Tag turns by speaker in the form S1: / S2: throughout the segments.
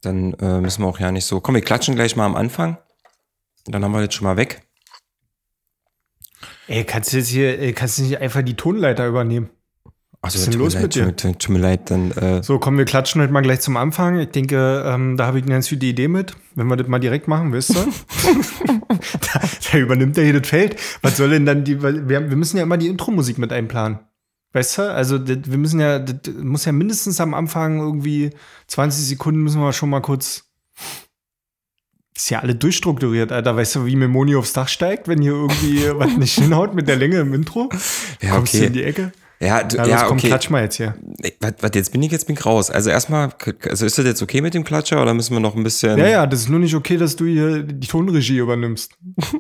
S1: Dann müssen wir auch ja nicht so. Komm, wir klatschen gleich mal am Anfang. Dann haben wir das schon mal weg.
S2: Ey, kannst du nicht einfach die Tonleiter übernehmen?
S1: Achso,
S2: Was ist denn los mit dir?
S1: Tut mir leid, dann.
S2: So, komm, wir klatschen heute mal gleich zum Anfang. Ich denke, da habe ich eine ganz gute Idee mit. Wenn wir das mal direkt machen, wisst ihr? da übernimmt er hier das Feld. Was soll denn dann wir müssen ja immer die Intro-Musik mit einplanen. Weißt du? Also, das muss ja mindestens am Anfang irgendwie 20 Sekunden müssen wir schon mal kurz. Ist ja alle durchstrukturiert, Alter. Weißt du, wie Memoni aufs Dach steigt, wenn hier irgendwie was nicht hinhaut mit der Länge im Intro?
S1: Ja,
S2: Kommst
S1: okay.
S2: du in die Ecke?
S1: Ja,
S2: Komm,
S1: okay.
S2: klatsch mal jetzt hier.
S1: Was, jetzt bin ich raus. Also erstmal, also ist das jetzt okay mit dem Klatscher oder müssen wir noch ein bisschen.
S2: Ja, das ist nur nicht okay, dass du hier die Tonregie übernimmst.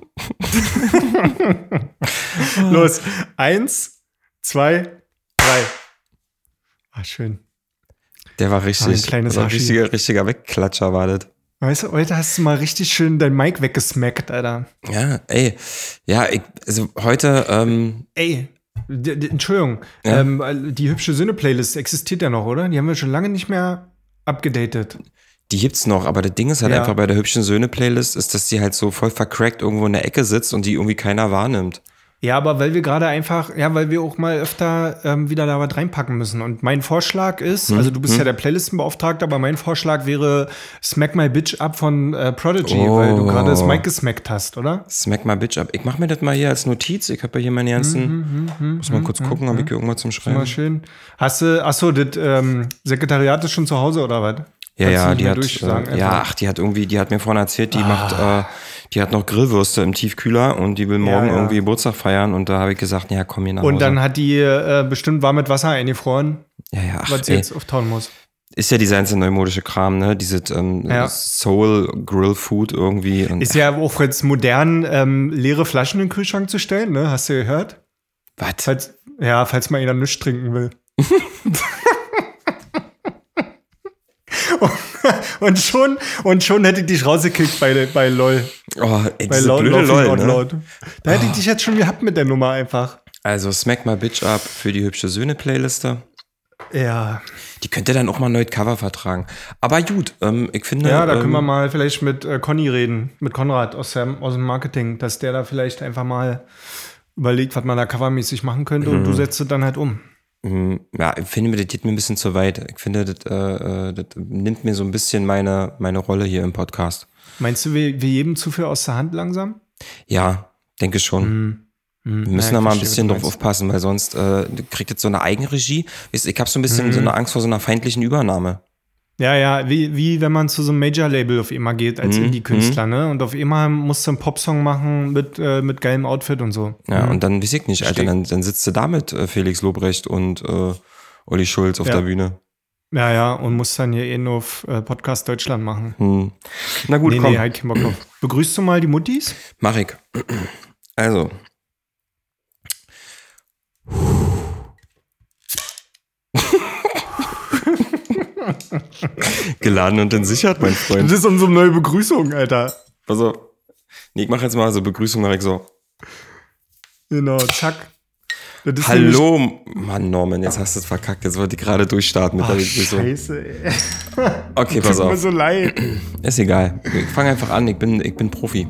S2: Los, 1, 2, 3. Ah, schön.
S1: Der war richtig.
S2: ein kleines
S1: richtiger Wegklatscher war das.
S2: Weißt du, heute hast du mal richtig schön dein Mic weggesmackt, Alter.
S1: Ja, ey. Ja, also heute.
S2: Ey, Entschuldigung.
S1: Ja?
S2: Die hübsche Söhne-Playlist existiert ja noch, oder? Die haben wir schon lange nicht mehr abgedatet.
S1: Die gibt's noch, aber das Ding ist halt
S2: Ja.
S1: einfach bei der hübschen Söhne-Playlist, ist, dass die halt so voll vercrackt irgendwo in der Ecke sitzt und die irgendwie keiner wahrnimmt.
S2: Ja, aber weil wir gerade einfach, weil wir auch mal öfter wieder da was reinpacken müssen. Und mein Vorschlag ist, also du bist ja der Playlistenbeauftragte, aber mein Vorschlag wäre Smack My Bitch Up von Prodigy, weil du gerade das Mic gesmackt hast, oder?
S1: Smack my bitch up. Ich mach mir das mal hier als Notiz. Ich habe ja hier meine ganzen. Muss mal kurz gucken, ob ich hier irgendwas zum Schreiben.
S2: Mal schön. Hast du, achso, das Sekretariat ist schon zu Hause, oder was?
S1: Ja, die hat, die hat mir vorhin erzählt, die hat noch Grillwürste im Tiefkühler und die will morgen irgendwie Geburtstag feiern und da habe ich gesagt, ja, komm hier nach Hause.
S2: Und dann hat die bestimmt warm mit Wasser eingefroren, was sie jetzt auftauen muss.
S1: Ist ja dieser ganze neumodische Kram, ne? Dieses Soul Grill Food irgendwie. Und
S2: ist ja auch jetzt modern, leere Flaschen in den Kühlschrank zu stellen, ne? Hast du gehört?
S1: Was?
S2: Falls mal einer nichts trinken will. Und schon hätte ich dich rausgekickt bei LOL.
S1: Oh, ey,
S2: bei
S1: diese blöde LOL, ne?
S2: Da hätte ich dich jetzt schon gehabt mit der Nummer einfach.
S1: Also Smack My Bitch Up für die hübsche Söhne-Playliste.
S2: Ja.
S1: Die könnte dann auch mal neu Cover vertragen. Aber gut, ich finde...
S2: Ja, da können wir mal vielleicht mit Conny reden, mit Konrad aus dem Marketing, dass der da vielleicht einfach mal überlegt, was man da covermäßig machen könnte und du setzt es dann halt um.
S1: Ja, ich finde, das geht mir ein bisschen zu weit. Ich finde, das nimmt mir so ein bisschen meine Rolle hier im Podcast.
S2: Meinst du, wir geben zu viel aus der Hand langsam?
S1: Ja, denke schon. Wir müssen da mal ein bisschen drauf aufpassen, weil sonst kriegt jetzt so eine Eigenregie. Ich habe so ein bisschen so eine Angst vor so einer feindlichen Übernahme.
S2: Ja, wie wenn man zu so einem Major-Label auf einmal geht als Indie-Künstler, ne? Und auf einmal musst du einen Popsong machen mit geilem Outfit und so.
S1: Ja, und dann weiß ich nicht, Alter, dann sitzt du da mit Felix Lobrecht und Olli Schulz auf der Bühne.
S2: Ja, und musst dann hier nur auf Podcast Deutschland machen.
S1: Na gut, komm.
S2: Nee, halt keinen Bock auf. Begrüßt du mal die Muttis?
S1: Mach ich. Also. Geladen und entsichert, mein Freund.
S2: Das ist unsere neue Begrüßung, Alter.
S1: Also, nee, ich mach jetzt mal so Begrüßung, mach ich so.
S2: Genau, zack.
S1: Hallo, Mann, Norman, jetzt hast du es verkackt. Jetzt wollte ich gerade durchstarten mit der Begrüßung.
S2: Scheiße, ey.
S1: Okay, pass auf.
S2: Tut mir so leid.
S1: Ist egal. Ich fange einfach an, ich bin Profi.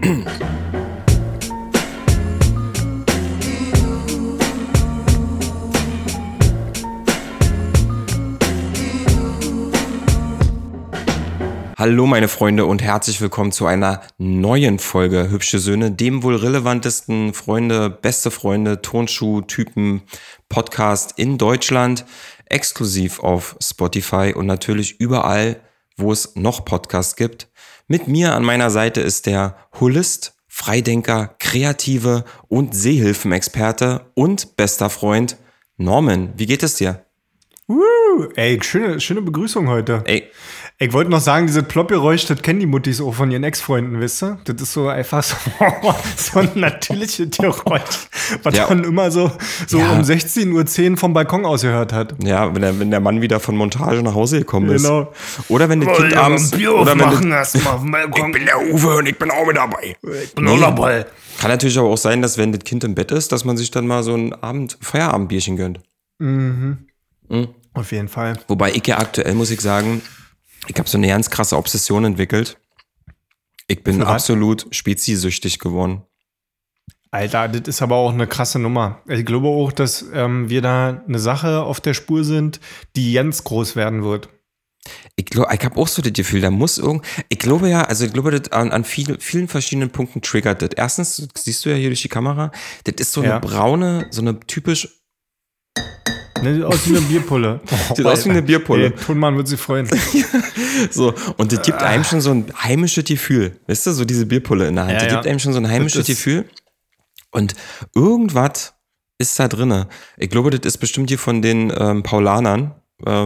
S1: Hallo meine Freunde und herzlich willkommen zu einer neuen Folge Hübsche Söhne, dem wohl relevantesten beste Freunde, Turnschuh-Typen Podcast in Deutschland, exklusiv auf Spotify und natürlich überall, wo es noch Podcasts gibt. Mit mir an meiner Seite ist der Holist, Freidenker, Kreative und Seehilfenexperte und bester Freund Norman. Wie geht es dir?
S2: Ey, schöne Begrüßung heute.
S1: Ey.
S2: Ich wollte noch sagen, dieses Plopp-Geräusch, das kennen die Muttis auch von ihren Ex-Freunden, wisst ihr? Das ist so einfach so ein natürliches Geräusch, was man immer so um 16:10 Uhr vom Balkon aus gehört hat.
S1: Ja, wenn der Mann wieder von Montage nach Hause gekommen ist.
S2: Genau.
S1: Oder wenn das Kind abends...
S2: Oder
S1: ich bin der Uwe und ich bin auch mit dabei.
S2: Ich bin auch dabei.
S1: Kann natürlich aber auch sein, dass wenn das Kind im Bett ist, dass man sich dann mal so ein Feierabendbierchen gönnt.
S2: Auf jeden Fall.
S1: Wobei ich ja aktuell, muss ich sagen, Ich habe so eine ganz krasse Obsession entwickelt. Ich bin absolut speziesüchtig geworden.
S2: Alter, das ist aber auch eine krasse Nummer. Ich glaube auch, dass wir da eine Sache auf der Spur sind, die ganz groß werden wird.
S1: Ich habe auch so das Gefühl, da muss ich glaube, das an vielen verschiedenen Punkten triggert das. Erstens, siehst du ja hier durch die Kamera, das ist so eine braune, so eine typisch.
S2: Ne, sieht aus wie eine Bierpulle.
S1: Sieht aus wie eine Bierpulle.
S2: Der Tonmann wird sich freuen.
S1: So, und das gibt einem schon so ein heimisches Gefühl. Weißt du, so diese Bierpulle in der Hand. Das gibt einem schon so ein heimisches Gefühl. Und irgendwas ist da drinne. Ich glaube, das ist bestimmt hier von den Paulanern.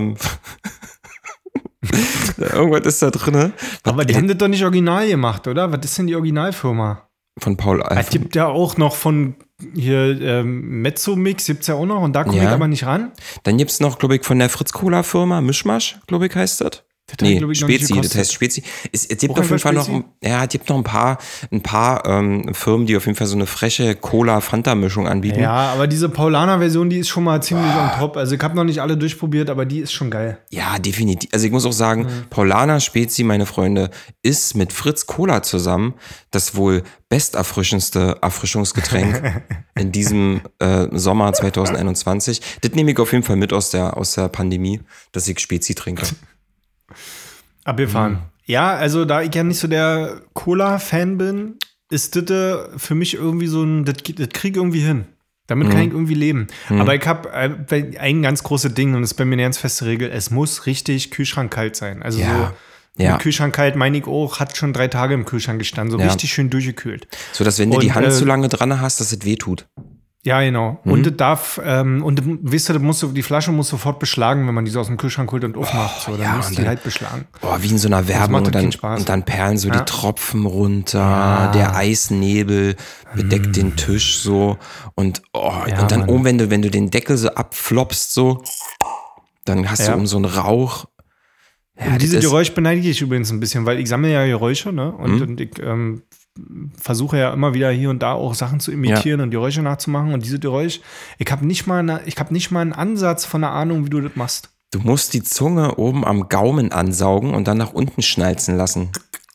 S1: Irgendwas ist da drinne.
S2: Aber die haben das doch nicht original gemacht, oder? Was ist denn die Originalfirma?
S1: Von Paul.
S2: Es gibt ja auch noch von hier Mezzomix, gibt es ja auch noch. Und da komme ich aber nicht ran.
S1: Dann gibt es noch, glaube ich, von der Fritz-Cola-Firma, Mischmasch, glaube ich, heißt das. Nee, Spezi, das heißt Spezi. Es gibt auf jeden Fall noch, es gibt noch ein paar Firmen, die auf jeden Fall so eine freche Cola-Fanta-Mischung anbieten.
S2: Ja, aber diese Paulaner-Version, die ist schon mal ziemlich on top. Also ich habe noch nicht alle durchprobiert, aber die ist schon geil.
S1: Ja, definitiv. Also ich muss auch sagen, Paulaner Spezi, meine Freunde, ist mit Fritz Cola zusammen das wohl besterfrischendste Erfrischungsgetränk in diesem Sommer 2021. Das nehme ich auf jeden Fall mit aus der Pandemie, dass ich Spezi trinke.
S2: Abgefahren. Ja, also da ich ja nicht so der Cola-Fan bin, ist das für mich irgendwie so das krieg ich irgendwie hin. Damit kann ich irgendwie leben. Aber ich habe ein ganz großes Ding und das ist bei mir eine ganz feste Regel, es muss richtig kühlschrankkalt sein. Also mit Kühlschrank kalt meine ich auch, hat schon 3 Tage im Kühlschrank gestanden, so richtig schön durchgekühlt.
S1: So, dass wenn du die Hand zu lange dran hast, dass es wehtut.
S2: Ja, genau. Und das darf, weißt du, die Flasche muss sofort beschlagen, wenn man die so aus dem Kühlschrank holt und aufmacht. So, dann muss die halt beschlagen.
S1: Wie in so einer Werbung. Und dann perlen so die Tropfen runter, der Eisnebel bedeckt den Tisch so. Und dann oben, wenn du den Deckel so abfloppst, so, dann hast du so einen Rauch.
S2: Ja, diese Geräusche beneide ich übrigens ein bisschen, weil ich sammle ja Geräusche, ne? Und ich versuche ja immer wieder hier und da auch Sachen zu imitieren und Geräusche nachzumachen. Und diese Geräusche, ich habe nicht mal einen Ansatz von einer Ahnung, wie du das machst.
S1: Du musst die Zunge oben am Gaumen ansaugen und dann nach unten schnalzen lassen.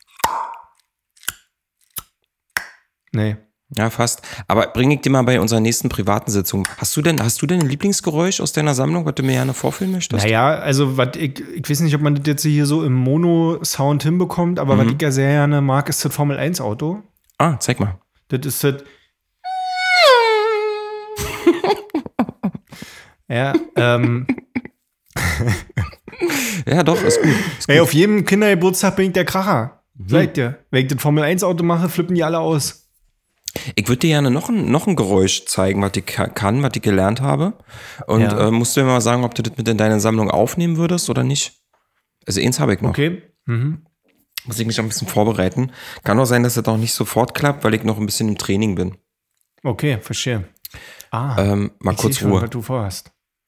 S2: Nee.
S1: Ja, fast. Aber bringe ich dir mal bei unserer nächsten privaten Sitzung. Hast du denn ein Lieblingsgeräusch aus deiner Sammlung, was du mir gerne vorführen möchtest?
S2: Naja, also ich weiß nicht, ob man das jetzt hier so im Mono-Sound hinbekommt, aber was ich ja sehr gerne mag, ist das Formel-1-Auto.
S1: Ah, zeig mal.
S2: Das ist das. Ja,
S1: Ja, doch, ist gut.
S2: Ey, auf jedem Kindergeburtstag bringt der Kracher. Sag dir. Wenn ich das Formel-1-Auto mache, flippen die alle aus.
S1: Ich würde dir gerne noch ein Geräusch zeigen, was ich kann, was ich gelernt habe. Und musst du mir mal sagen, ob du das mit in deine Sammlung aufnehmen würdest oder nicht? Also eins habe ich noch.
S2: Okay.
S1: Muss ich mich noch ein bisschen vorbereiten. Kann auch sein, dass das auch nicht sofort klappt, weil ich noch ein bisschen im Training bin.
S2: Okay, verstehe.
S1: Mal kurz
S2: schon,
S1: Ruhe.
S2: was du vorhast.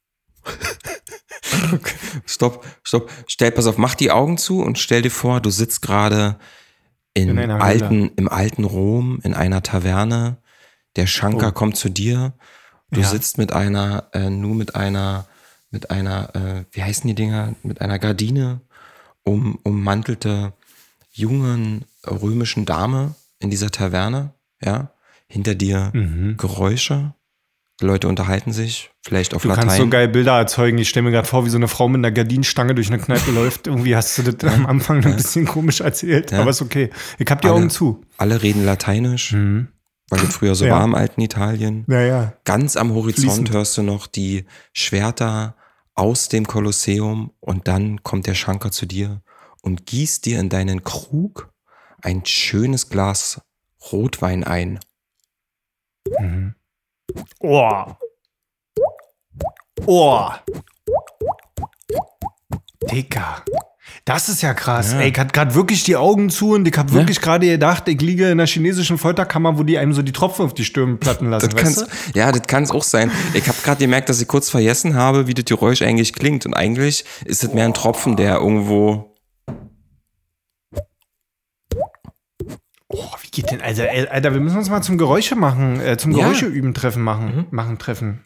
S1: Okay. Stopp. Pass auf, mach die Augen zu und stell dir vor, du sitzt gerade im alten Rom in einer Taverne. Der Schanker kommt zu dir. Du sitzt mit einer, wie heißen die Dinger? Mit einer Gardine ummantelte jungen römischen Dame in dieser Taverne. Ja, hinter dir Geräusche. Die Leute unterhalten sich, vielleicht auf Latein.
S2: Du kannst so geil Bilder erzeugen. Ich stelle mir gerade vor, wie so eine Frau mit einer Gardinenstange durch eine Kneipe läuft. Irgendwie hast du das am Anfang ein bisschen komisch erzählt, aber ist okay. Ich hab die Augen zu.
S1: Alle reden Lateinisch, weil das früher so war im alten Italien.
S2: Ja.
S1: Ganz am Horizont hörst du noch die Schwerter aus dem Kolosseum und dann kommt der Schanker zu dir und gießt dir in deinen Krug ein schönes Glas Rotwein ein.
S2: Oh. Dicker. Das ist ja krass. Ja. Ey, ich hatte gerade wirklich die Augen zu und ich habe wirklich gerade gedacht, ich liege in der chinesischen Folterkammer, wo die einem so die Tropfen auf die Stirn platten lassen.
S1: Das kann es auch sein. Ich habe gerade gemerkt, dass ich kurz vergessen habe, wie das Geräusch eigentlich klingt. Und eigentlich ist es mehr ein Tropfen, der irgendwo...
S2: Oh, wie geht denn? Also, Alter, wir müssen uns mal zum Geräusche machen, Geräusche üben, Treffen.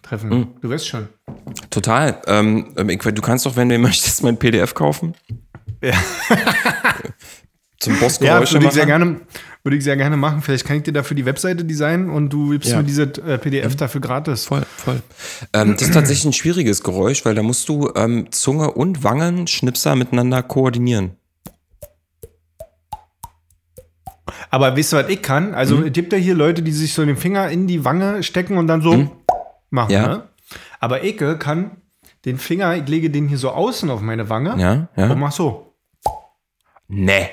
S2: Du weißt schon.
S1: Total. Du kannst doch, wenn du möchtest, mein PDF kaufen.
S2: Ja.
S1: Zum Bossgeräusche
S2: machen? Würde ich sehr gerne machen. Vielleicht kann ich dir dafür die Webseite designen und du gibst mir diese PDF dafür gratis.
S1: Voll. Das ist tatsächlich ein schwieriges Geräusch, weil da musst du Zunge und Wangenschnipser miteinander koordinieren.
S2: Aber weißt du, was ich kann? Also es gibt ja hier Leute, die sich so den Finger in die Wange stecken und dann so machen.
S1: Ja.
S2: Ne? Aber ich kann den Finger, ich lege den hier so außen auf meine Wange und mach so.
S1: Nee.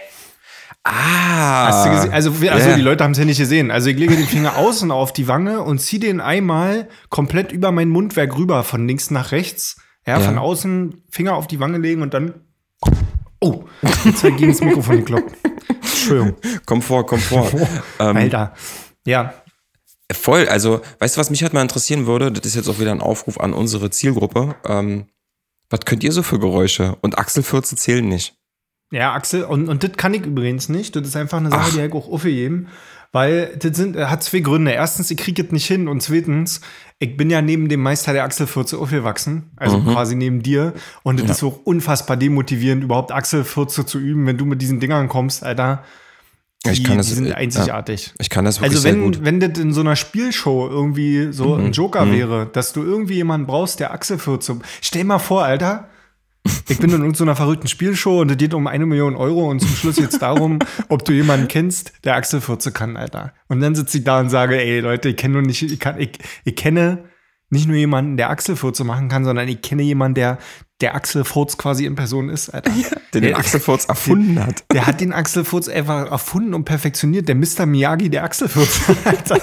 S2: Hast du gesehen? Also die Leute haben es ja nicht gesehen. Also ich lege den Finger außen auf die Wange und ziehe den einmal komplett über mein Mundwerk rüber, von links nach rechts. Ja, von außen Finger auf die Wange legen und dann. Oh, jetzt hat gegen das Mikrofon gekloppt. Entschuldigung.
S1: Komm vor.
S2: Alter. Ja.
S1: Voll, also, weißt du, was mich halt mal interessieren würde? Das ist jetzt auch wieder ein Aufruf an unsere Zielgruppe. Was könnt ihr so für Geräusche? Und Achselfürze zählen nicht.
S2: Ja, Axel, und das kann ich übrigens nicht. Das ist einfach eine Sache, die ich auch aufgegeben. Weil das hat zwei Gründe. Erstens, ich kriege es nicht hin. Und zweitens, ich bin ja neben dem Meister der Achselfürze aufgewachsen. Also quasi neben dir. Und das ist auch unfassbar demotivierend, überhaupt Achselfürze zu üben, wenn du mit diesen Dingern kommst, Alter. Die sind einzigartig.
S1: Ich kann das wirklich sehr gut.
S2: Also wenn das in so einer Spielshow irgendwie so ein Joker wäre, dass du irgendwie jemanden brauchst, der Achselfürze. Stell mal vor, Alter. Ich bin in irgendeiner verrückten Spielshow und es geht um 1 Million Euro und zum Schluss jetzt darum, ob du jemanden kennst, der Achselfürze kann, Alter. Und dann sitze ich da und sage, ey Leute, ich kenne nicht nur jemanden, der Achselfurze machen kann, sondern ich kenne jemanden, der Achselfurz quasi in Person ist, Alter.
S1: Der den Achselfurz erfunden hat.
S2: Der hat den Achselfurz einfach erfunden und perfektioniert. Der Mr. Miyagi, der Achselfurz, Alter.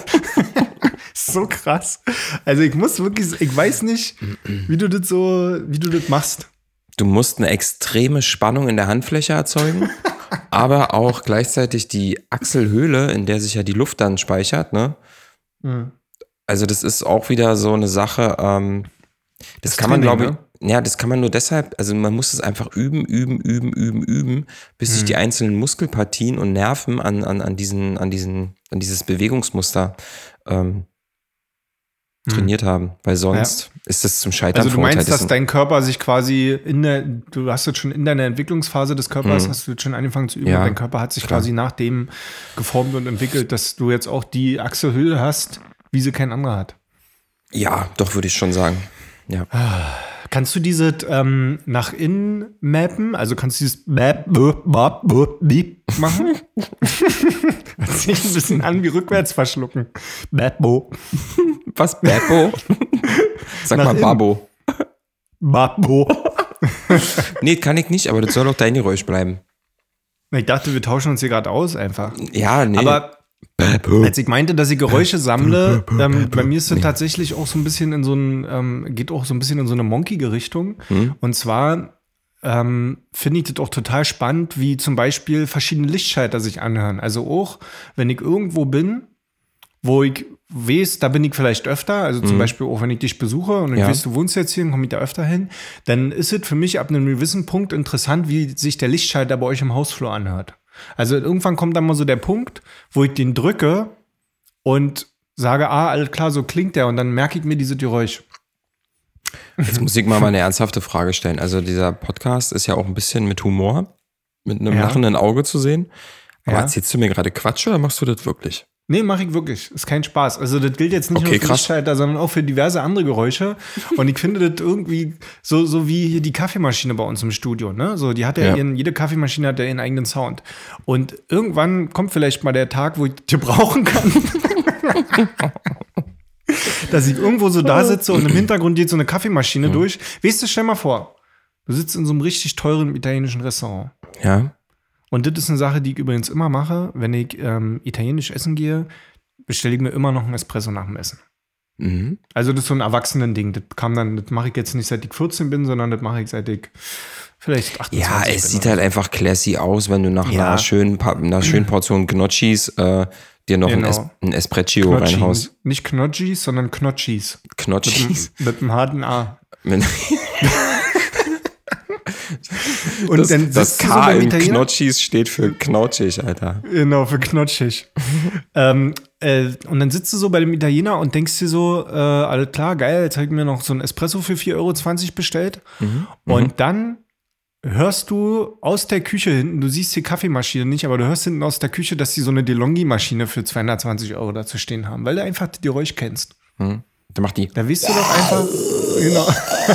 S2: So krass. Also ich weiß nicht, wie du das machst.
S1: Du musst eine extreme Spannung in der Handfläche erzeugen, aber auch gleichzeitig die Achselhöhle, in der sich ja die Luft dann speichert, ne? Mhm. Also das ist auch wieder so eine Sache, das kann man, glaube ich, das kann man nur deshalb, also man muss es einfach üben, bis sich die einzelnen Muskelpartien und Nerven an dieses Bewegungsmuster trainiert haben, weil sonst ist das zum Scheitern verurteilt.
S2: Also du meinst, dass dein Körper sich quasi du hast jetzt schon in deiner Entwicklungsphase des Körpers, hast du jetzt schon angefangen zu üben, und dein Körper hat sich quasi nach dem geformt und entwickelt, dass du jetzt auch die Achselhöhle hast, wie sie kein anderer hat. Ja,
S1: doch, würde ich schon sagen. Ja.
S2: Kannst du dieses nach innen mappen? Also kannst du dieses Map machen? Das sich ein bisschen an wie rückwärts verschlucken. Mapbo.
S1: Was? Babo? Sag nach mal Babo.
S2: Babo.
S1: Nee, kann ich nicht, aber das soll doch dein Geräusch bleiben.
S2: Ich dachte, wir tauschen uns hier gerade aus einfach.
S1: Ja, nee.
S2: Aber als ich meinte, dass ich Geräusche sammle, bei mir ist es tatsächlich auch so ein bisschen geht auch so ein bisschen in so eine monkige Richtung. Und zwar finde ich das auch total spannend, wie zum Beispiel verschiedene Lichtschalter sich anhören. Also auch, wenn ich irgendwo bin, wo ich weiß, da bin ich vielleicht öfter, also zum Beispiel auch, wenn ich dich besuche und ich weiß, du wohnst jetzt hier und komme ich da öfter hin, dann ist es für mich ab einem gewissen Punkt interessant, wie sich der Lichtschalter bei euch im Hausflur anhört. Also irgendwann kommt dann mal so der Punkt, wo ich den drücke und sage, alles klar, so klingt der, und dann merke ich mir diese Geräusch.
S1: Jetzt muss ich mal eine ernsthafte Frage stellen. Also dieser Podcast ist ja auch ein bisschen mit Humor, mit einem lachenden Auge zu sehen. Aber erzählst du mir gerade Quatsch oder machst du das wirklich?
S2: Nee, mache ich wirklich. Ist kein Spaß. Also das gilt jetzt nicht nur für Lichtschalter, sondern auch für diverse andere Geräusche. Und ich finde das irgendwie so wie hier die Kaffeemaschine bei uns im Studio. Ne? So, die hat jede Kaffeemaschine hat ja ihren eigenen Sound. Und irgendwann kommt vielleicht mal der Tag, wo ich die brauchen kann. Dass ich irgendwo so da sitze und im Hintergrund geht so eine Kaffeemaschine durch. Weißt du, stell mal vor, du sitzt in so einem richtig teuren italienischen Restaurant.
S1: Ja.
S2: Und das ist eine Sache, die ich übrigens immer mache. Wenn ich italienisch essen gehe, bestelle ich mir immer noch einen Espresso nach dem Essen. Mhm. Also das ist so ein Erwachsenen-Ding. Das mache ich jetzt nicht, seit ich 14 bin, sondern das mache ich, seit ich vielleicht 28 bin.
S1: Ja, es sieht halt einfach classy aus, wenn du nach einer schönen Portion Gnocchis dir noch ein Espresso reinhaust.
S2: Nicht Gnocchis, sondern Knotschis.
S1: Knotschis?
S2: Mit einem harten A.
S1: Und dann das K in Knotschis steht für knautschig, Alter.
S2: Genau, für knotschig. Und dann sitzt du so bei dem Italiener und denkst dir so, alles klar, geil, jetzt habe ich mir noch so ein Espresso für 4,20 € bestellt. Und dann hörst du aus der Küche hinten, du siehst die Kaffeemaschine nicht, aber du hörst hinten aus der Küche, dass die so eine DeLonghi-Maschine für 220 € dazu stehen haben, weil du einfach die Geräusch kennst.
S1: Der macht die.
S2: Da weißt du doch einfach, genau.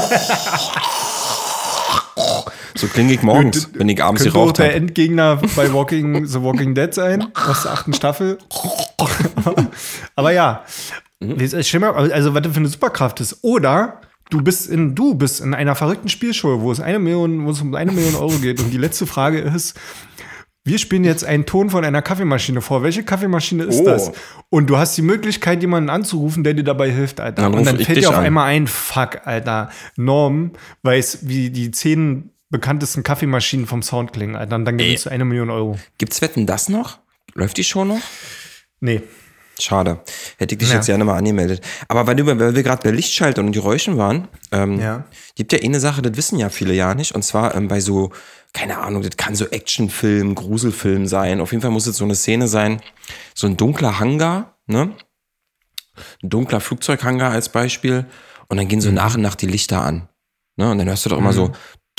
S1: So klinge ich morgens, wenn ich abends
S2: geraucht habe. Könnte auch der
S1: habe.
S2: Endgegner bei The Walking Dead sein, aus der 8. Staffel. Aber ja, also was das für eine Superkraft ist. Oder du bist in einer verrückten Spielshow, wo es um 1 Million € geht. Und die letzte Frage ist, wir spielen jetzt einen Ton von einer Kaffeemaschine vor. Welche Kaffeemaschine ist das? Und du hast die Möglichkeit, jemanden anzurufen, der dir dabei hilft, Alter. Und dann fällt dir auf einmal ein, fuck, Alter, Norm weiß, wie die 10 bekanntesten Kaffeemaschinen vom Sound klingen, Alter. Und dann gewinnst du 1 Million €.
S1: Gibt's Wetten, das noch? Läuft die Show noch?
S2: Nee.
S1: Schade. Hätte ich dich jetzt gerne mal angemeldet. Aber weil wir gerade bei Lichtschaltern und Geräuschen waren, gibt ja eine Sache, das wissen ja viele ja nicht. Und zwar bei so, keine Ahnung, das kann so Actionfilm, Gruselfilm sein. Auf jeden Fall muss es so eine Szene sein, so ein dunkler Hangar, ne? Ein dunkler Flugzeughangar als Beispiel. Und dann gehen so nach und nach die Lichter an. Ne? Und dann hörst du doch immer so,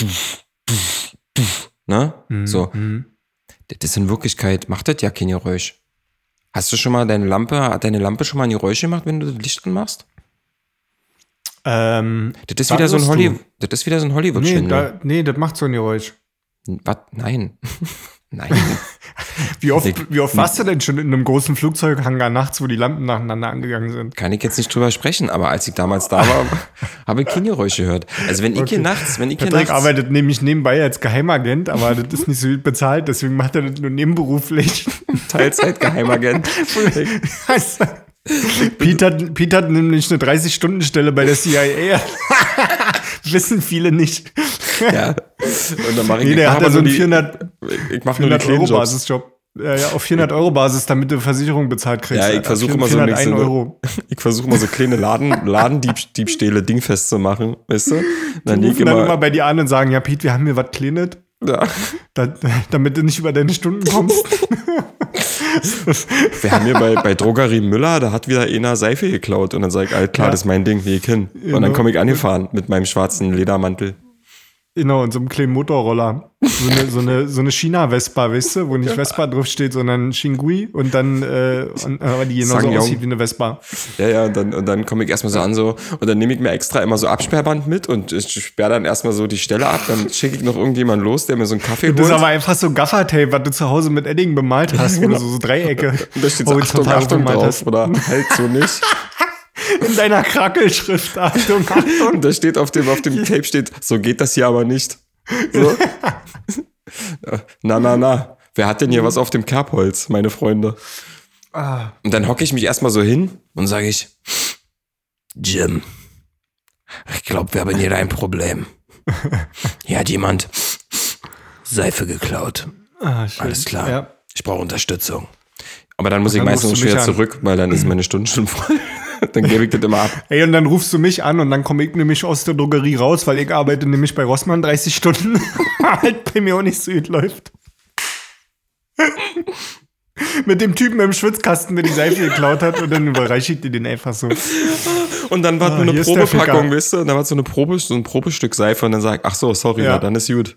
S1: ne? So. Das ist in Wirklichkeit, macht das ja kein Geräusch. Hast du schon mal deine Lampe schon mal ein Geräusch gemacht, wenn du das Licht anmachst? Das ist wieder so ein Hollywood-Schwindel.
S2: Nee, das macht so ein Geräusch.
S1: Was? Nein. Nein.
S2: Wie oft warst du denn schon in einem großen Flugzeughangar nachts, wo die Lampen nacheinander angegangen sind?
S1: Kann ich jetzt nicht drüber sprechen, aber als ich damals da war, habe ich kein Geräusch gehört. Also wenn ich hier nachts...
S2: Patrick arbeitet nämlich nebenbei als Geheimagent, aber das ist nicht so gut bezahlt, deswegen macht er das nur nebenberuflich.
S1: Teilzeit-Geheimagent.
S2: Pete hat nämlich eine 30-Stunden-Stelle bei der CIA. Wissen viele nicht.
S1: Ja. Und dann mache ich
S2: der hat ja so einen 400
S1: Euro
S2: Basisjob. Ja, auf 400 € Basis, damit du Versicherung bezahlt kriegst.
S1: Ja, ich versuche immer so kleine Ladendiebstähle dingfest zu machen, weißt du?
S2: Dann rufen dann immer bei dir an und sagen, ja Pete, wir haben hier was Kleines. Ja. Damit du nicht über deine Stunden kommst.
S1: Wir haben hier bei Drogerie Müller, da hat wieder einer Seife geklaut. Und dann sag ich, alles klar, das ist mein Ding, wie ich hin. Genau. Und dann komme ich angefahren mit meinem schwarzen Ledermantel.
S2: Genau, und so einem kleinen Motorroller. So eine China-Vespa, weißt du, wo nicht Vespa draufsteht, sondern Xingui und dann, aber die genauso aussieht wie eine Vespa.
S1: Ja, und dann komme ich erstmal so an, so, und dann nehme ich mir extra immer so Absperrband mit und ich sperre dann erstmal so die Stelle ab, dann schicke ich noch irgendjemanden los, der mir so einen Kaffee holt.
S2: Das ist aber einfach so Gaffertape, was du zu Hause mit Edding bemalt hast, wo du so Dreiecke.
S1: Und da steht so Achtung drauf, oder halt so nicht.
S2: In deiner Krackelschrift, Achtung.
S1: Und da steht auf dem Tape steht, so geht das hier aber nicht. So. Na. Wer hat denn hier was auf dem Kerbholz, meine Freunde? Und dann hocke ich mich erstmal so hin und sage ich, Jim, ich glaube, wir haben hier ein Problem. Hier hat jemand Seife geklaut. Alles klar. Ja. Ich brauche Unterstützung. Aber dann muss ich meistens schon wieder zurück, weil dann ist meine Stunde schon voll. Dann gebe ich das immer ab.
S2: Ey, und dann rufst du mich an und dann komme ich nämlich aus der Drogerie raus, weil ich arbeite nämlich bei Rossmann 30 Stunden. Halt bei mir auch nicht so gut läuft. Mit dem Typen im Schwitzkasten, der die Seife geklaut hat, und dann überreiche ich dir den einfach so.
S1: Und dann war nur eine Probepackung, weißt du? Und dann war so ein Probestück Seife und dann sag ich, ach so, sorry, ja. Dann ist gut.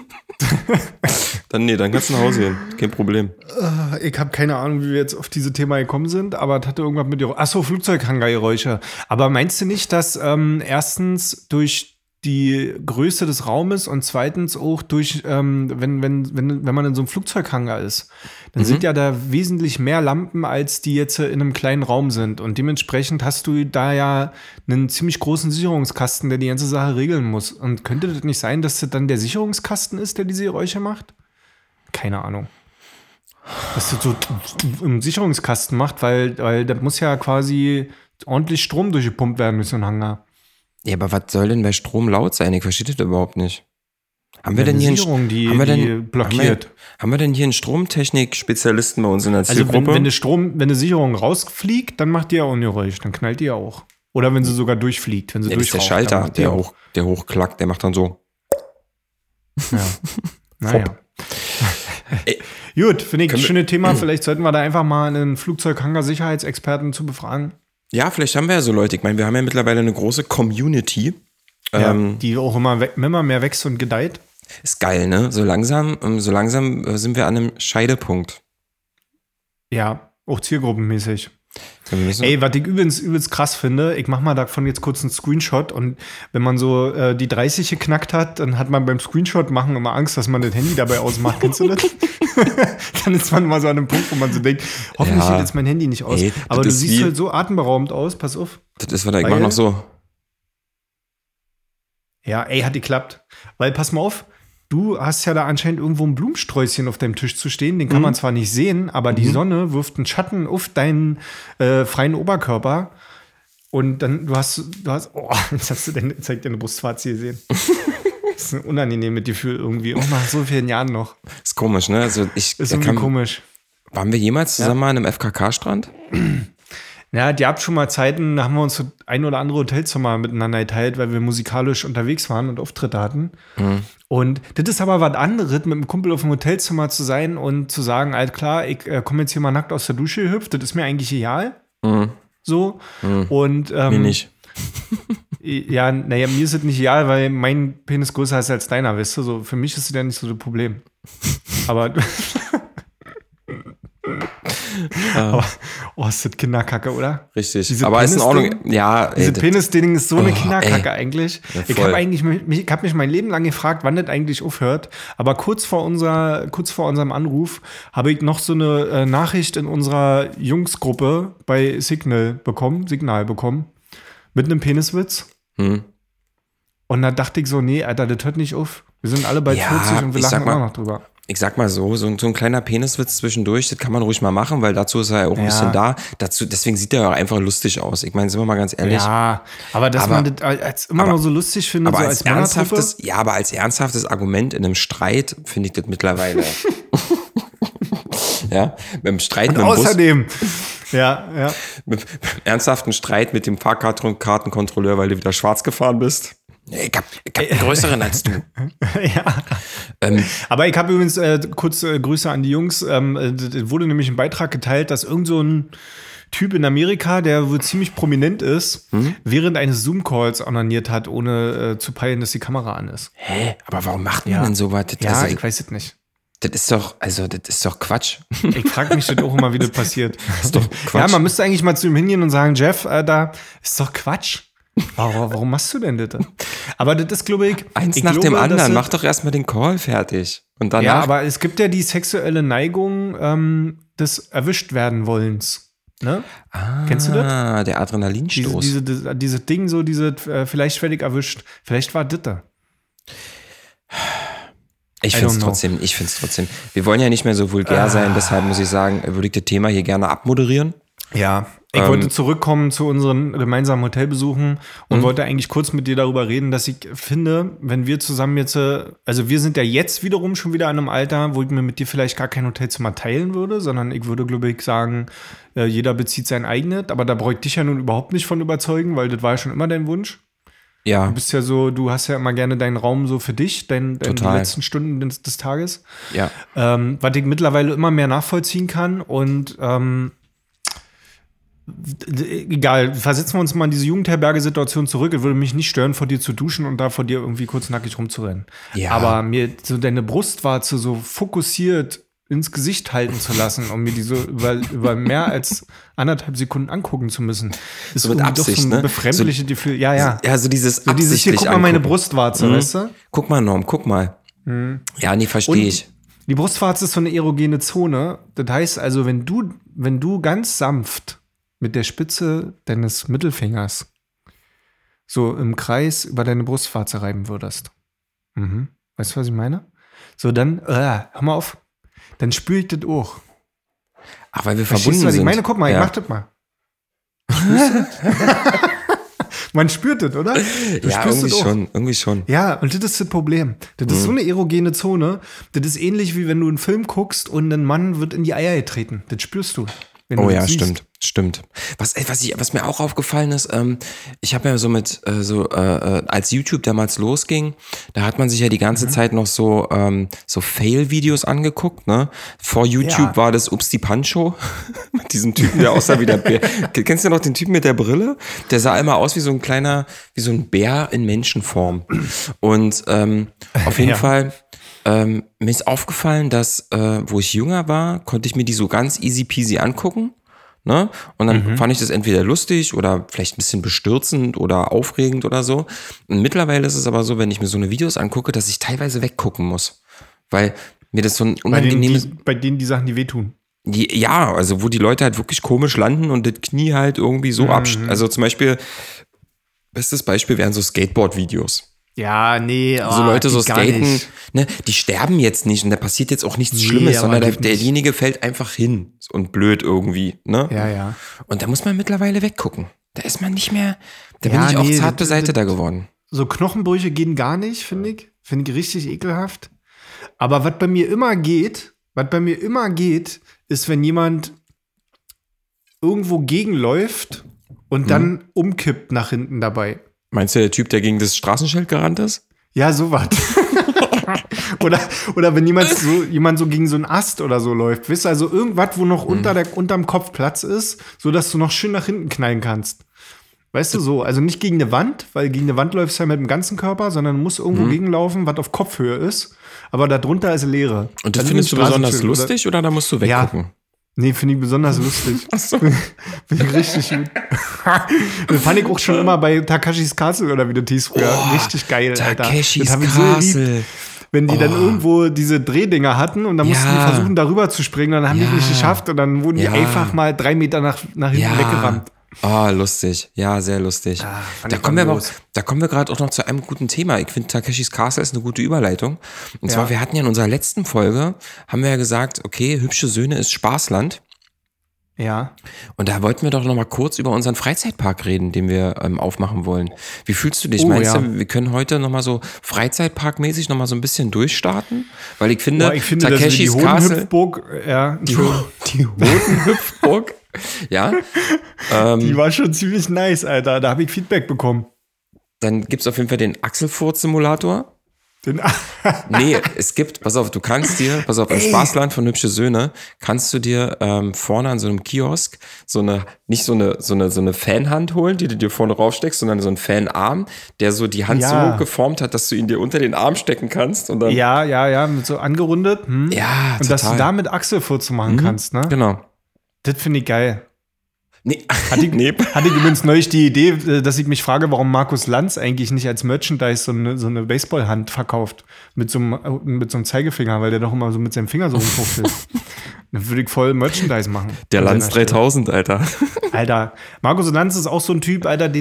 S1: Dann kannst du nach Hause gehen. Kein Problem.
S2: Ich habe keine Ahnung, wie wir jetzt auf dieses Thema gekommen sind, aber es hatte irgendwas mit Flugzeughangargeräusche. Aber meinst du nicht, dass erstens durch die Größe des Raumes und zweitens auch durch, wenn man in so einem Flugzeughangar ist, dann sind ja da wesentlich mehr Lampen, als die jetzt in einem kleinen Raum sind. Und dementsprechend hast du da ja einen ziemlich großen Sicherungskasten, der die ganze Sache regeln muss. Und könnte das nicht sein, dass das dann der Sicherungskasten ist, der diese Geräusche macht? Keine Ahnung. Dass das so im Sicherungskasten macht, weil da muss ja quasi ordentlich Strom durchgepumpt werden durch so einen Hangar.
S1: Ja, aber was soll denn bei Strom laut sein? Ich verstehe das überhaupt nicht. Haben wir denn hier
S2: blockiert?
S1: Haben wir denn hier einen Stromtechnik-Spezialisten bei uns in der Zielgruppe?
S2: Also wenn eine Sicherung rausfliegt, dann macht die ja auch ein Geräusch, dann knallt die ja auch. Oder wenn sie sogar durchfliegt, wenn sie
S1: das ist der Schalter, der hochklackt, der macht dann so.
S2: Ja. Naja. Gut, finde ich ein schönes Thema. Vielleicht sollten wir da einfach mal einen Flugzeughangar-Sicherheitsexperten zu befragen.
S1: Ja, vielleicht haben wir ja so Leute. Ich meine, wir haben ja mittlerweile eine große Community.
S2: Die auch immer mehr wächst und gedeiht.
S1: Ist geil, ne? So langsam sind wir an einem Scheidepunkt.
S2: Ja, auch zielgruppenmäßig.
S1: Wir müssen-
S2: Ey, was ich übelst krass finde, ich mach mal davon jetzt kurz einen Screenshot und wenn man so die 30 geknackt hat, dann hat man beim Screenshot machen immer Angst, dass man das Handy dabei ausmacht. Kennst du das? Dann ist man mal so an einem Punkt, wo man so denkt, hoffentlich
S1: Ja.
S2: geht jetzt mein Handy nicht aus.
S1: Ey,
S2: aber du
S1: das ist
S2: siehst
S1: wie-
S2: halt so atemberaubend aus, pass auf.
S1: Das ist, ich
S2: Weil-
S1: mach noch so.
S2: Ja, ey, hat geklappt. Weil, pass mal auf, du hast ja da anscheinend irgendwo ein Blumensträußchen auf deinem Tisch zu stehen. Den kann man zwar nicht sehen, aber die Sonne wirft einen Schatten auf deinen freien Oberkörper. Und dann, du hast, oh, jetzt hast du zeig deine Brustwarze gesehen. Das ist ein unangenehmes Gefühl irgendwie, auch nach so vielen Jahren noch.
S1: Ist komisch, ne? Also
S2: Ist irgendwie komisch.
S1: waren wir jemals zusammen an einem FKK-Strand?
S2: Ja, die habt schon mal Zeiten, da haben wir uns so ein oder andere Hotelzimmer miteinander geteilt, weil wir musikalisch unterwegs waren und Auftritte hatten. Und das ist aber was anderes, mit einem Kumpel auf dem Hotelzimmer zu sein und zu sagen, halt klar, ich komme jetzt hier mal nackt aus der Dusche gehüpft, das ist mir eigentlich egal. So. Und
S1: Mir nicht.
S2: ja, naja, mir ist es nicht egal, weil mein Penis größer ist als deiner, weißt du? So, für mich ist es ja nicht so das Problem. Aber oh, ist das Kinderkacke, oder?
S1: Richtig.
S2: Diese
S1: Aber ist in Ordnung.
S2: Penis-Ding?
S1: Ja, ey,
S2: Diese
S1: das-
S2: Penis-Ding ist so eine
S1: Oh,
S2: Kinderkacke
S1: ey.
S2: eigentlich.
S1: Ja,
S2: Ich
S1: voll.
S2: habe mich mein Leben lang gefragt, wann das eigentlich aufhört. Aber kurz vor unserem Anruf habe ich noch so eine Nachricht in unserer Jungsgruppe bei Signal bekommen, mit einem Peniswitz. Und da dachte ich so, nee, Alter, das hört nicht auf. Wir sind alle bei
S1: Ja,
S2: 40 und wir
S1: ich
S2: lachen
S1: sag mal-
S2: immer noch drüber.
S1: Ich sag mal so ein kleiner Peniswitz zwischendurch, das kann man ruhig mal machen, weil dazu ist er ja auch ein
S2: Ja.
S1: bisschen da. Deswegen sieht er ja auch einfach lustig aus. Ich meine, sind wir mal ganz ehrlich.
S2: Ja, aber dass man das als immer noch so lustig findet,
S1: Aber
S2: so
S1: als
S2: Männertruppe.
S1: ernsthaftes Argument in einem Streit finde ich das mittlerweile. Ja, beim Streit
S2: Und
S1: mit dem Bus,
S2: außerdem, ja.
S1: mit ernsthaften Streit mit dem Fahrkartenkontrolleur, weil du wieder schwarz gefahren bist. Ich hab einen größeren als du.
S2: Ja. Aber ich habe übrigens kurz Grüße an die Jungs. Es wurde nämlich ein Beitrag geteilt, dass irgend so ein Typ in Amerika, der wohl ziemlich prominent ist, während eines Zoom-Calls onaniert hat, ohne zu peilen, dass die Kamera an ist.
S1: Hä? Aber warum macht man denn sowas?
S2: Ja, ich weiß es nicht.
S1: Das ist doch Quatsch.
S2: Ich frage mich das auch immer, wie das passiert. Das
S1: ist doch Quatsch.
S2: Ja, man müsste eigentlich mal zu ihm hingehen und sagen, Jeff, da ist doch Quatsch. Warum machst du denn das? Aber das ist, glaube ich,
S1: Eins nach dem anderen. Mach doch erstmal den Call fertig. Und danach.
S2: Ja, aber es gibt ja die sexuelle Neigung des Erwischtwerdenwollens. Ne? Kennst du das?
S1: Ah, der Adrenalinstoß.
S2: Diese Ding, so vielleicht fertig erwischt. Vielleicht war das da.
S1: Ich
S2: I
S1: finde es
S2: don't know.
S1: trotzdem. Wir wollen ja nicht mehr so vulgär sein, deshalb muss ich sagen, würde ich das Thema hier gerne abmoderieren.
S2: Ja, ich wollte zurückkommen zu unseren gemeinsamen Hotelbesuchen und wollte eigentlich kurz mit dir darüber reden, dass ich finde, wenn wir zusammen jetzt, also wir sind ja jetzt wiederum schon wieder in einem Alter, wo ich mir mit dir vielleicht gar kein Hotelzimmer teilen würde, sondern ich würde, glaube ich, sagen, jeder bezieht sein eigenes, aber da brauche ich dich ja nun überhaupt nicht von überzeugen, weil das war ja schon immer dein Wunsch.
S1: Ja,
S2: Du bist ja so, du hast ja immer gerne deinen Raum so für dich, die
S1: Total.
S2: letzten Stunden des Tages.
S1: ja.
S2: Was ich mittlerweile immer mehr nachvollziehen kann und egal, versetzen wir uns mal in diese Jugendherberge-Situation zurück. Es würde mich nicht stören, vor dir zu duschen und da vor dir irgendwie kurz nackig rumzurennen.
S1: Ja.
S2: Aber mir so deine Brustwarze so fokussiert ins Gesicht halten zu lassen, um mir die so über mehr als 1,5 Sekunden angucken zu müssen, ist
S1: So mit
S2: irgendwie
S1: Absicht,
S2: doch so ein
S1: ne?
S2: befremdliches Gefühl. Ja.
S1: Ja, so dieses
S2: So dieses hier,
S1: absichtlich
S2: guck mal meine
S1: angucken.
S2: Brustwarze, weißt du?
S1: Guck mal, Norm, guck mal. Ja, nee, verstehe ich.
S2: Die Brustwarze ist so eine erogene Zone. Das heißt also, wenn du ganz sanft mit der Spitze deines Mittelfingers so im Kreis über deine Brustwarze reiben würdest. Weißt du, was ich meine? So, dann, hör mal auf. Dann spüre ich das auch.
S1: Ach, weil wir
S2: Verstehst
S1: verbunden
S2: du, was ich
S1: sind.
S2: meine? Guck mal,
S1: ja.
S2: ich mach das mal. Spürst du? Man spürt das, oder? Du
S1: Ja,
S2: spürst
S1: irgendwie
S2: das auch.
S1: irgendwie schon.
S2: Ja, und das ist das Problem. Das ist so eine erogene Zone. Das ist ähnlich wie wenn du einen Film guckst und ein Mann wird in die Eier getreten. Das spürst du. Wenn
S1: Oh
S2: du
S1: ja,
S2: das siehst.
S1: stimmt. Stimmt. Was mir auch aufgefallen ist, ich habe ja so als YouTube damals losging, da hat man sich ja die ganze Zeit noch so Fail-Videos angeguckt, ne? Vor YouTube war das Ups die Pancho mit diesem Typen, der aussah wie der Bär. Kennst du noch den Typen mit der Brille? Der sah immer aus wie so ein Bär in Menschenform. Und auf jeden Fall mir ist aufgefallen, dass wo ich jünger war, konnte ich mir die so ganz easy peasy angucken. Ne? Und dann fand ich das entweder lustig oder vielleicht ein bisschen bestürzend oder aufregend oder so. Und mittlerweile ist es aber so, wenn ich mir so eine Videos angucke, dass ich teilweise weggucken muss. Weil mir das so ein unangenehmes...
S2: Bei denen die Sachen, die wehtun.
S1: Also wo die Leute halt wirklich komisch landen und das Knie halt irgendwie so Also zum Beispiel, bestes Beispiel wären so Skateboard-Videos.
S2: Ja, nee.
S1: So Leute so skaten, ne, die sterben jetzt nicht und da passiert jetzt auch nichts Schlimmes, sondern derjenige fällt einfach hin und blöd irgendwie, ne?
S2: Ja.
S1: Und da muss man mittlerweile weggucken. Da ist man nicht mehr, bin ich auch zart beseiteter geworden.
S2: So Knochenbrüche gehen gar nicht, finde ich. Finde ich richtig ekelhaft. Aber was bei mir immer geht, ist, wenn jemand irgendwo gegenläuft und dann umkippt nach hinten dabei.
S1: Meinst du der Typ, der gegen das Straßenschild gerannt ist?
S2: Ja, sowas. oder wenn jemand so gegen so einen Ast oder so läuft, weißt du, also irgendwas, wo noch unterm Kopf Platz ist, so dass du noch schön nach hinten knallen kannst. Weißt du, so, also nicht gegen eine Wand, weil gegen eine Wand läufst du ja mit dem ganzen Körper, sondern du musst irgendwo gegenlaufen, was auf Kopfhöhe ist, aber darunter ist Leere.
S1: Und das findest du besonders lustig oder da musst du weggucken?
S2: Ja. Nee, finde ich besonders lustig.
S1: Ach so.
S2: Finde ich richtig gut. Das fand ich auch schon immer bei Takeshis Castle oder wie das hieß früher. Richtig geil, Alter.
S1: Takeshis Castle.
S2: Wenn die dann irgendwo diese Drehdinger hatten und dann mussten die versuchen, darüber zu springen, dann haben die es nicht geschafft und dann wurden die einfach mal 3 Meter nach hinten weggerammt.
S1: Lustig. Ja, sehr lustig. Da kommen wir gerade auch noch zu einem guten Thema. Ich finde, Takeshis Castle ist eine gute Überleitung. Und zwar, wir hatten ja in unserer letzten Folge, haben wir ja gesagt, okay, Hübsche Söhne ist Spaßland.
S2: Ja.
S1: Und da wollten wir doch noch mal kurz über unseren Freizeitpark reden, den wir aufmachen wollen. Wie fühlst du dich? Meinst du, wir können heute noch mal so Freizeitparkmäßig noch mal so ein bisschen durchstarten? Weil ich finde Takeshis Castle... Die Hodenhüpfburg... Ja.
S2: Die war schon ziemlich nice, Alter. Da habe ich Feedback bekommen.
S1: Dann gibt es auf jeden Fall den Achselfurz-Simulator. Nee, es gibt, pass auf, im Spaßland von Hübsche Söhne kannst du dir vorne an so einem Kiosk nicht so eine Fanhand holen, die du dir vorne raufsteckst, sondern so einen Fanarm, der so die Hand so geformt hat, dass du ihn dir unter den Arm stecken kannst. Und dann
S2: mit so angerundet.
S1: Ja,
S2: und
S1: total.
S2: dass du damit Achselfurz machen kannst, ne?
S1: Genau.
S2: Das finde ich geil.
S1: Nee.
S2: Hatte ich übrigens neulich die Idee, dass ich mich frage, warum Markus Lanz eigentlich nicht als Merchandise so eine Baseballhand verkauft mit so einem Zeigefinger, weil der doch immer so mit seinem Finger so rumfuchtelt. Dann würde ich voll Merchandise machen.
S1: Der Lanz 3000, Alter.
S2: Alter, Markus Lanz ist auch so ein Typ, Alter,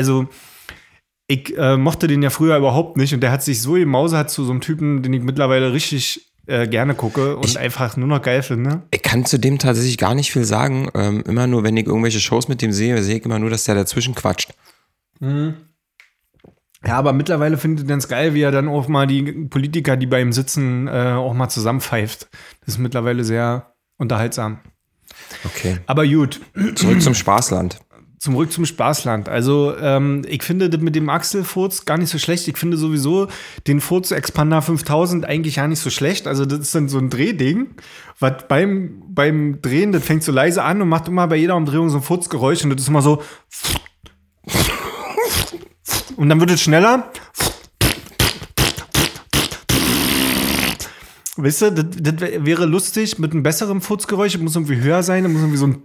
S2: ich mochte den ja früher überhaupt nicht und der hat sich so gemausert zu so einem Typen, den ich mittlerweile richtig gerne gucke und einfach nur noch geil finde.
S1: Ich kann zu dem tatsächlich gar nicht viel sagen. Immer nur, wenn ich irgendwelche Shows mit dem sehe ich immer nur, dass der dazwischen quatscht.
S2: Mhm. Ja, aber mittlerweile finde ich ganz geil, wie er dann auch mal die Politiker, die bei ihm sitzen, auch mal zusammenpfeift. Das ist mittlerweile sehr unterhaltsam.
S1: Okay.
S2: Aber gut.
S1: Zurück zum Spaßland.
S2: Zurück zum Spaßland. Also, ich finde das mit dem Achselfurz gar nicht so schlecht. Ich finde sowieso den Furz Expander 5000 eigentlich gar nicht so schlecht. Also, das ist dann so ein Drehding, was beim Drehen, das fängt so leise an und macht immer bei jeder Umdrehung so ein Furzgeräusch und das ist immer so. Und dann wird es schneller. Weißt du, das wäre lustig mit einem besseren Furzgeräusch. Das muss irgendwie höher sein, das muss irgendwie so ein.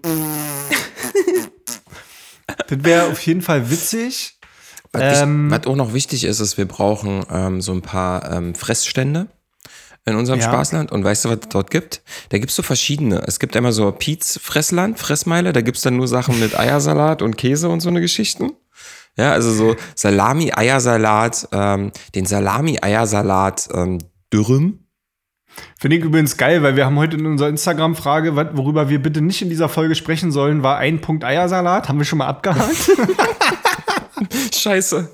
S2: Das wäre auf jeden Fall witzig.
S1: Was auch noch wichtig ist, wir brauchen so ein paar Fressstände in unserem Spaßland. Und weißt du, was es dort gibt? Da gibt es so verschiedene. Es gibt einmal so Pietz Fressland, Fressmeile. Da gibt es dann nur Sachen mit Eiersalat und Käse und so eine Geschichten. Ja, also so Salami-Eiersalat, den Salami-Eiersalat Dürüm.
S2: Finde ich übrigens geil, weil wir haben heute in unserer Instagram-Frage, worüber wir bitte nicht in dieser Folge sprechen sollen, war ein Punkt Eiersalat. Haben wir schon mal abgehakt?
S1: Scheiße.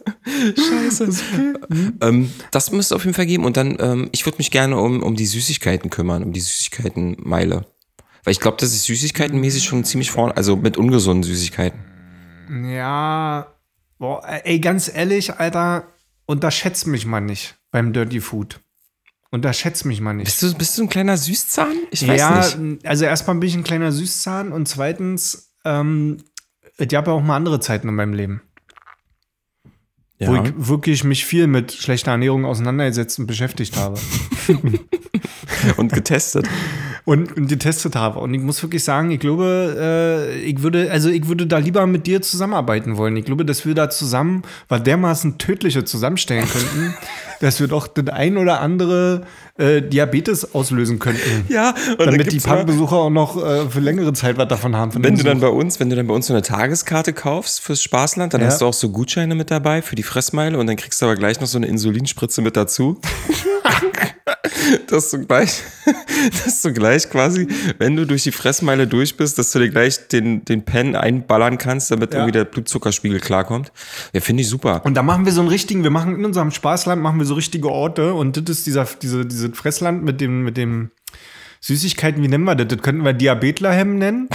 S1: Okay. Das müsste es auf jeden Fall geben. Und dann, ich würde mich gerne um die Süßigkeiten kümmern, um die Süßigkeitenmeile. Weil ich glaube, dass ich süßigkeitenmäßig schon ziemlich vorne, also mit ungesunden Süßigkeiten.
S2: Ja, boah, ey, ganz ehrlich, Alter, unterschätzt mich mal nicht beim Dirty Food. Unterschätzt mich mal nicht.
S1: Bist du ein kleiner Süßzahn? Ich weiß nicht.
S2: Also erstmal bin ich ein kleiner Süßzahn und zweitens, ich habe ja auch mal andere Zeiten in meinem Leben.
S1: Ja.
S2: Wo ich wirklich mich viel mit schlechter Ernährung auseinandergesetzt und beschäftigt habe.
S1: Und getestet.
S2: Und getestet habe. Und ich muss wirklich sagen, ich glaube, ich würde da lieber mit dir zusammenarbeiten wollen. Ich glaube, dass wir da zusammen was dermaßen Tödliche zusammenstellen könnten, dass wir doch das ein oder andere Diabetes auslösen könnten.
S1: Ja, und
S2: damit die Parkbesucher auch noch für längere Zeit was davon haben.
S1: Wenn du dann bei uns so eine Tageskarte kaufst fürs Spaßland, dann hast du auch so Gutscheine mit dabei für die Fressmeile und dann kriegst du aber gleich noch so eine Insulinspritze mit dazu. Dass du gleich quasi, wenn du durch die Fressmeile durch bist, dass du dir gleich den Pen einballern kannst, damit irgendwie der Blutzuckerspiegel klarkommt. Ja, finde ich super.
S2: Und da machen wir wir machen in unserem Spaßland machen wir so richtige Orte und das ist dieses Fressland mit dem Süßigkeiten, wie nennen wir das? Das könnten wir Diabetlerhem nennen.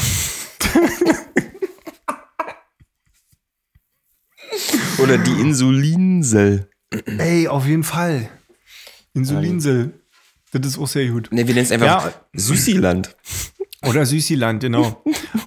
S1: Oder die Insulinsel.
S2: Ey, auf jeden Fall. Insulinsel. Das ist auch sehr gut.
S1: Ne, wir nennen es einfach Süßiland.
S2: Oder Süßiland, genau.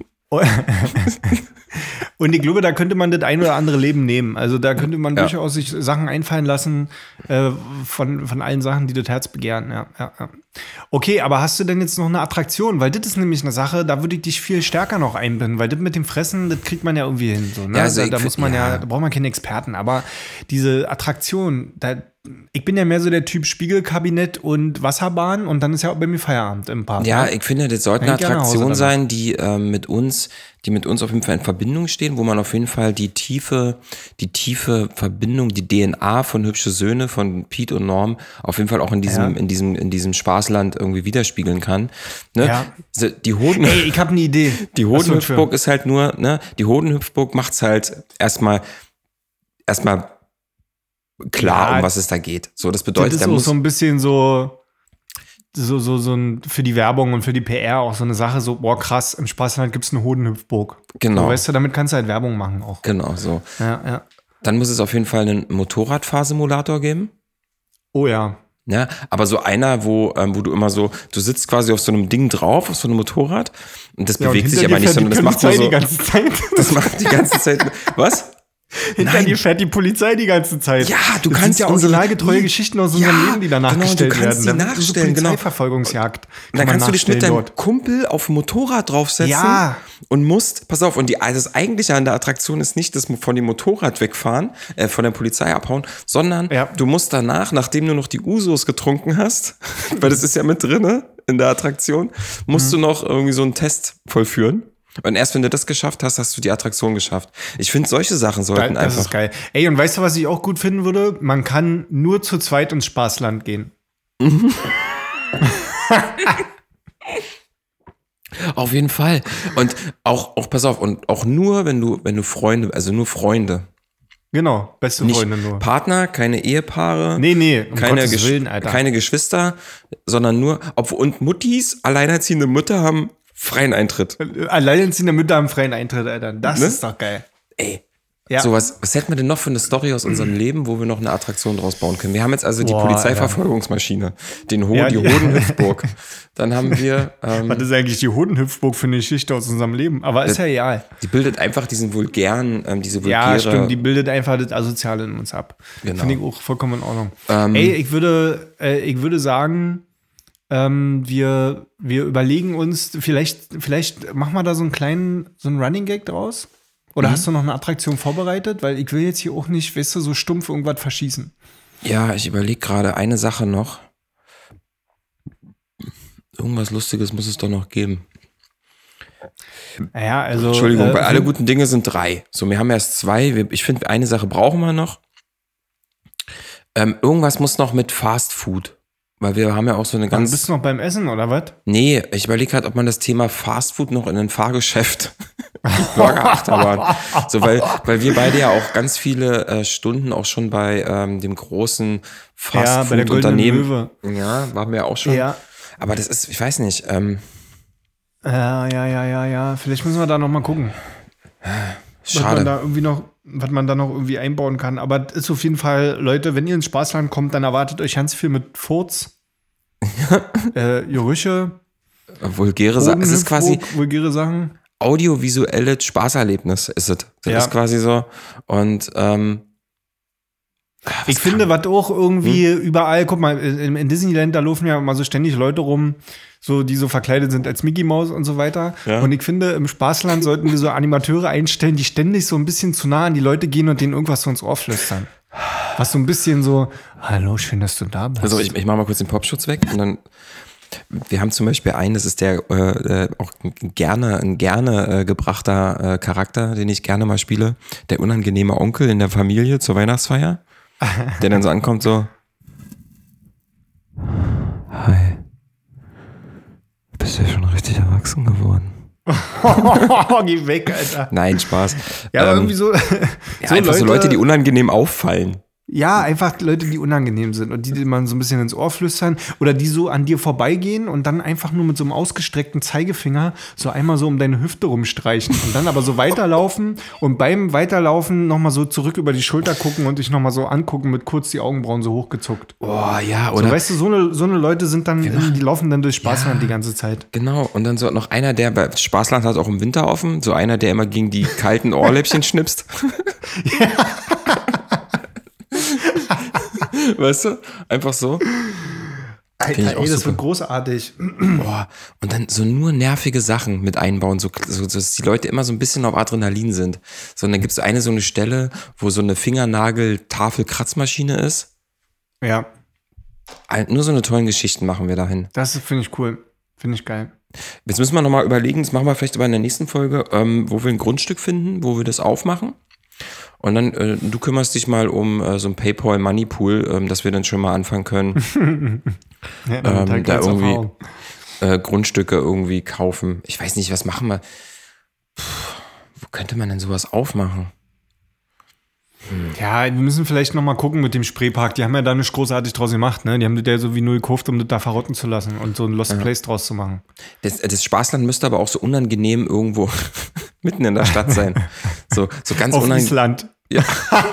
S2: Und ich glaube, da könnte man das ein oder andere Leben nehmen. Also da könnte man durchaus sich Sachen einfallen lassen von allen Sachen, die das Herz begehren. Ja. Okay, aber hast du denn jetzt noch eine Attraktion? Weil das ist nämlich eine Sache, da würde ich dich viel stärker noch einbinden, weil das mit dem Fressen, das kriegt man ja irgendwie hin. So, ne?
S1: Ja, also
S2: da braucht man keine Experten. Aber diese Attraktion, ich bin ja mehr so der Typ Spiegelkabinett und Wasserbahn und dann ist ja auch bei mir Feierabend im Park.
S1: Ja,
S2: ne?
S1: ich finde, das sollte eine Attraktion sein, die mit uns auf jeden Fall in Verbindung stehen, wo man auf jeden Fall die tiefe Verbindung, die DNA von Hübsche Söhne, von Piet und Norm auf jeden Fall auch in diesem Spaßland irgendwie widerspiegeln kann. Ne?
S2: Ja.
S1: Die Hoden.
S2: Ey, ich habe eine Idee.
S1: Die Hodenhüpfburg ist halt nur, ne? Die Hodenhüpfburg macht's halt erstmal klar, um was es da geht. So, das bedeutet,
S2: das ist auch so ein bisschen so ein, für die Werbung und für die PR auch so eine Sache, so, boah, krass, im Spaßland gibt's eine Hodenhüpfburg.
S1: Genau.
S2: So, weißt du, damit kannst du halt Werbung machen auch.
S1: Genau, so.
S2: Ja.
S1: Dann muss es auf jeden Fall einen Motorradfahrsimulator geben.
S2: Oh ja.
S1: Ja, aber so einer, wo du immer so, du sitzt quasi auf so einem Ding drauf, auf so einem Motorrad und das bewegt sich aber nicht, sondern das macht nur so.
S2: Die ganze Zeit.
S1: Das macht die ganze Zeit. Was?
S2: Hinter dir fährt die Polizei die ganze Zeit.
S1: Ja, du
S2: das
S1: kannst
S2: sind ja originalgetreue Geschichten aus unserem Leben, die da nachgestellt werden.
S1: Die nachstellen,
S2: so Polizeiverfolgungsjagd.
S1: Und dann kannst du dich mit deinem Kumpel auf ein Motorrad draufsetzen und musst, pass auf, und das Eigentliche an der Attraktion ist nicht das von dem Motorrad wegfahren, von der Polizei abhauen, sondern du musst danach, nachdem du noch die Usos getrunken hast, weil das ist ja mit drinne in der Attraktion, musst du noch irgendwie so einen Test vollführen. Und erst wenn du das geschafft hast, hast du die Attraktion geschafft. Ich finde, solche Sachen sollten einfach.
S2: Das ist geil. Ey, und weißt du, was ich auch gut finden würde? Man kann nur zu zweit ins Spaßland gehen.
S1: Auf jeden Fall. Und auch, pass auf, und auch nur, wenn du Freunde, also nur Freunde.
S2: Genau, beste
S1: Nicht
S2: Freunde nur.
S1: Partner, keine Ehepaare.
S2: Nee,
S1: keine Geschwister, sondern nur, und Muttis, alleinerziehende Mütter haben freien Eintritt.
S2: Alleinerziehende Mütter haben freien Eintritt, Alter. Das ist doch geil.
S1: Ey. Ja. So was hätten wir denn noch für eine Story aus unserem Leben, wo wir noch eine Attraktion draus bauen können? Wir haben jetzt also die Polizeiverfolgungsmaschine, die Hodenhüpfburg. Dann haben wir.
S2: Was ist eigentlich die Hodenhüpfburg für eine Geschichte aus unserem Leben? Aber ist ja egal.
S1: Die bildet einfach diese vulgäre.
S2: Ja, stimmt, die bildet einfach das Asoziale in uns ab.
S1: Genau.
S2: Finde ich auch vollkommen in Ordnung. Ey, ich würde sagen, wir überlegen uns, vielleicht machen wir da so einen Running Gag draus. Oder hast du noch eine Attraktion vorbereitet? Weil ich will jetzt hier auch nicht, weißt du, so stumpf irgendwas verschießen.
S1: Ja, ich überlege gerade eine Sache noch. Irgendwas Lustiges muss es doch noch geben.
S2: Ja, also.
S1: Entschuldigung, weil alle guten Dinge sind 3. So, wir haben erst 2. Ich finde, eine Sache brauchen wir noch. Irgendwas muss noch mit Fast Food. Weil wir haben ja auch so eine ganz.
S2: Bist du noch beim Essen oder was?
S1: Nee, ich überlege halt, ob man das Thema Fastfood noch in ein Fahrgeschäft Burger-Achterbahn. So, weil wir beide ja auch ganz viele Stunden auch schon bei dem großen Fastfood-Unternehmen.
S2: Ja,
S1: Ja, waren wir ja auch schon.
S2: Ja.
S1: Aber das ist, ich weiß nicht,
S2: Ja. Vielleicht müssen wir da noch mal gucken.
S1: Schade.
S2: Was man da noch irgendwie einbauen kann. Aber das ist auf jeden Fall, Leute, wenn ihr ins Spaßland kommt, dann erwartet euch ganz viel mit Furz, Gerüche,
S1: vulgäre Sachen. Es ist quasi
S2: vulgäre Sachen.
S1: Audiovisuelles Spaßerlebnis ist es. Das ist quasi so. Und
S2: ich finde, was auch irgendwie überall, guck mal, in Disneyland, da laufen ja immer so ständig Leute rum, so, die so verkleidet sind als Mickey Mouse und so weiter. Ja. Und ich finde, im Spaßland sollten wir so Animateure einstellen, die ständig so ein bisschen zu nah an die Leute gehen und denen irgendwas so ins Ohr flüstern. Was so ein bisschen so, hallo, schön, dass du da bist.
S1: Also ich mach mal kurz den Popschutz weg und dann, wir haben zum Beispiel einen, das ist der auch ein gerne gebrachter Charakter, den ich gerne mal spiele, der unangenehme Onkel in der Familie zur Weihnachtsfeier, der dann so ankommt so, hi, bist du ja schon richtig erwachsen geworden?
S2: Geh weg, Alter.
S1: Nein, Spaß.
S2: Ja, aber irgendwie so,
S1: so einfach so Leute, die unangenehm auffallen.
S2: Ja, einfach Leute, die unangenehm sind und die man so ein bisschen ins Ohr flüstern oder die so an dir vorbeigehen und dann einfach nur mit so einem ausgestreckten Zeigefinger so einmal so um deine Hüfte rumstreichen und dann aber so weiterlaufen und beim Weiterlaufen nochmal so zurück über die Schulter gucken und dich nochmal so angucken mit kurz die Augenbrauen so hochgezuckt.
S1: Oh ja, oder?
S2: So, weißt du, so eine Leute sind dann, die laufen dann durch Spaßland die ganze Zeit.
S1: Genau, und dann so noch einer, der bei Spaßland hat auch im Winter offen, so einer, der immer gegen die kalten Ohrläppchen schnipst. Ja. Weißt du? Einfach so.
S2: Alter, ey, das wird großartig.
S1: Boah. Und dann so nur nervige Sachen mit einbauen, so dass die Leute immer so ein bisschen auf Adrenalin sind. So, und dann gibt es so eine Stelle, wo so eine Fingernagel-Tafel-Kratzmaschine ist.
S2: Ja.
S1: Nur so eine tollen Geschichten machen wir dahin.
S2: Das finde ich cool. Finde ich geil.
S1: Jetzt müssen wir nochmal überlegen, das machen wir vielleicht aber in der nächsten Folge, wo wir ein Grundstück finden, wo wir das aufmachen. Und dann, du kümmerst dich mal um so ein PayPal-Money-Pool, dass wir dann schon mal anfangen können,
S2: ja,
S1: da irgendwie Grundstücke irgendwie kaufen. Ich weiß nicht, was machen wir? Wo könnte man denn sowas aufmachen?
S2: Ja, wir müssen vielleicht noch mal gucken mit dem Spreepark. Die haben ja da nicht großartig draus gemacht, ne? Die haben das ja so wie null gekauft, um das da verrotten zu lassen und so ein Lost Place draus zu machen. Das
S1: Spaßland müsste aber auch so unangenehm irgendwo mitten in der Stadt sein. So ganz
S2: auf Island.
S1: Ja.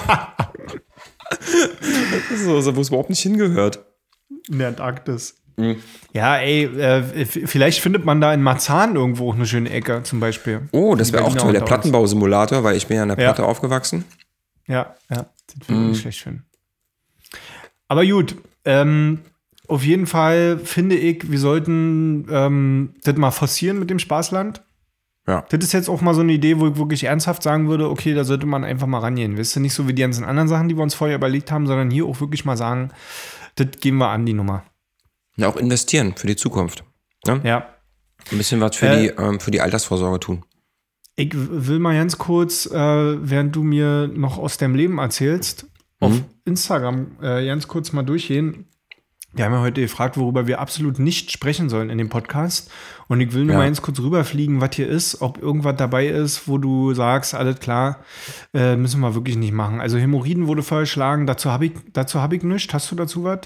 S1: so, wo es überhaupt nicht hingehört.
S2: In der Antarktis. Mhm. Ja, ey, vielleicht findet man da in Marzahn irgendwo auch eine schöne Ecke zum Beispiel.
S1: Oh, das wäre auch toll, der Plattenbausimulator, weil ich bin ja an der Platte aufgewachsen.
S2: Ja, das finde ich nicht schlecht schön. Aber gut, auf jeden Fall finde ich, wir sollten das mal forcieren mit dem Spaßland.
S1: Ja.
S2: Das ist jetzt auch mal so eine Idee, wo ich wirklich ernsthaft sagen würde, okay, da sollte man einfach mal rangehen. Weißt du, nicht so wie die ganzen anderen Sachen, die wir uns vorher überlegt haben, sondern hier auch wirklich mal sagen, das gehen wir an, die Nummer.
S1: Ja, auch investieren für die Zukunft. Ne?
S2: Ja.
S1: Ein bisschen was für die Altersvorsorge tun.
S2: Ich will mal ganz kurz, während du mir noch aus deinem Leben erzählst, auf Instagram ganz kurz mal durchgehen. Wir haben ja heute gefragt, worüber wir absolut nicht sprechen sollen in dem Podcast. Und ich will nur mal ganz kurz rüberfliegen, was hier ist, ob irgendwas dabei ist, wo du sagst, alles klar, müssen wir wirklich nicht machen. Also Hämorrhoiden wurde vorgeschlagen, dazu hab ich nichts. Hast du dazu was?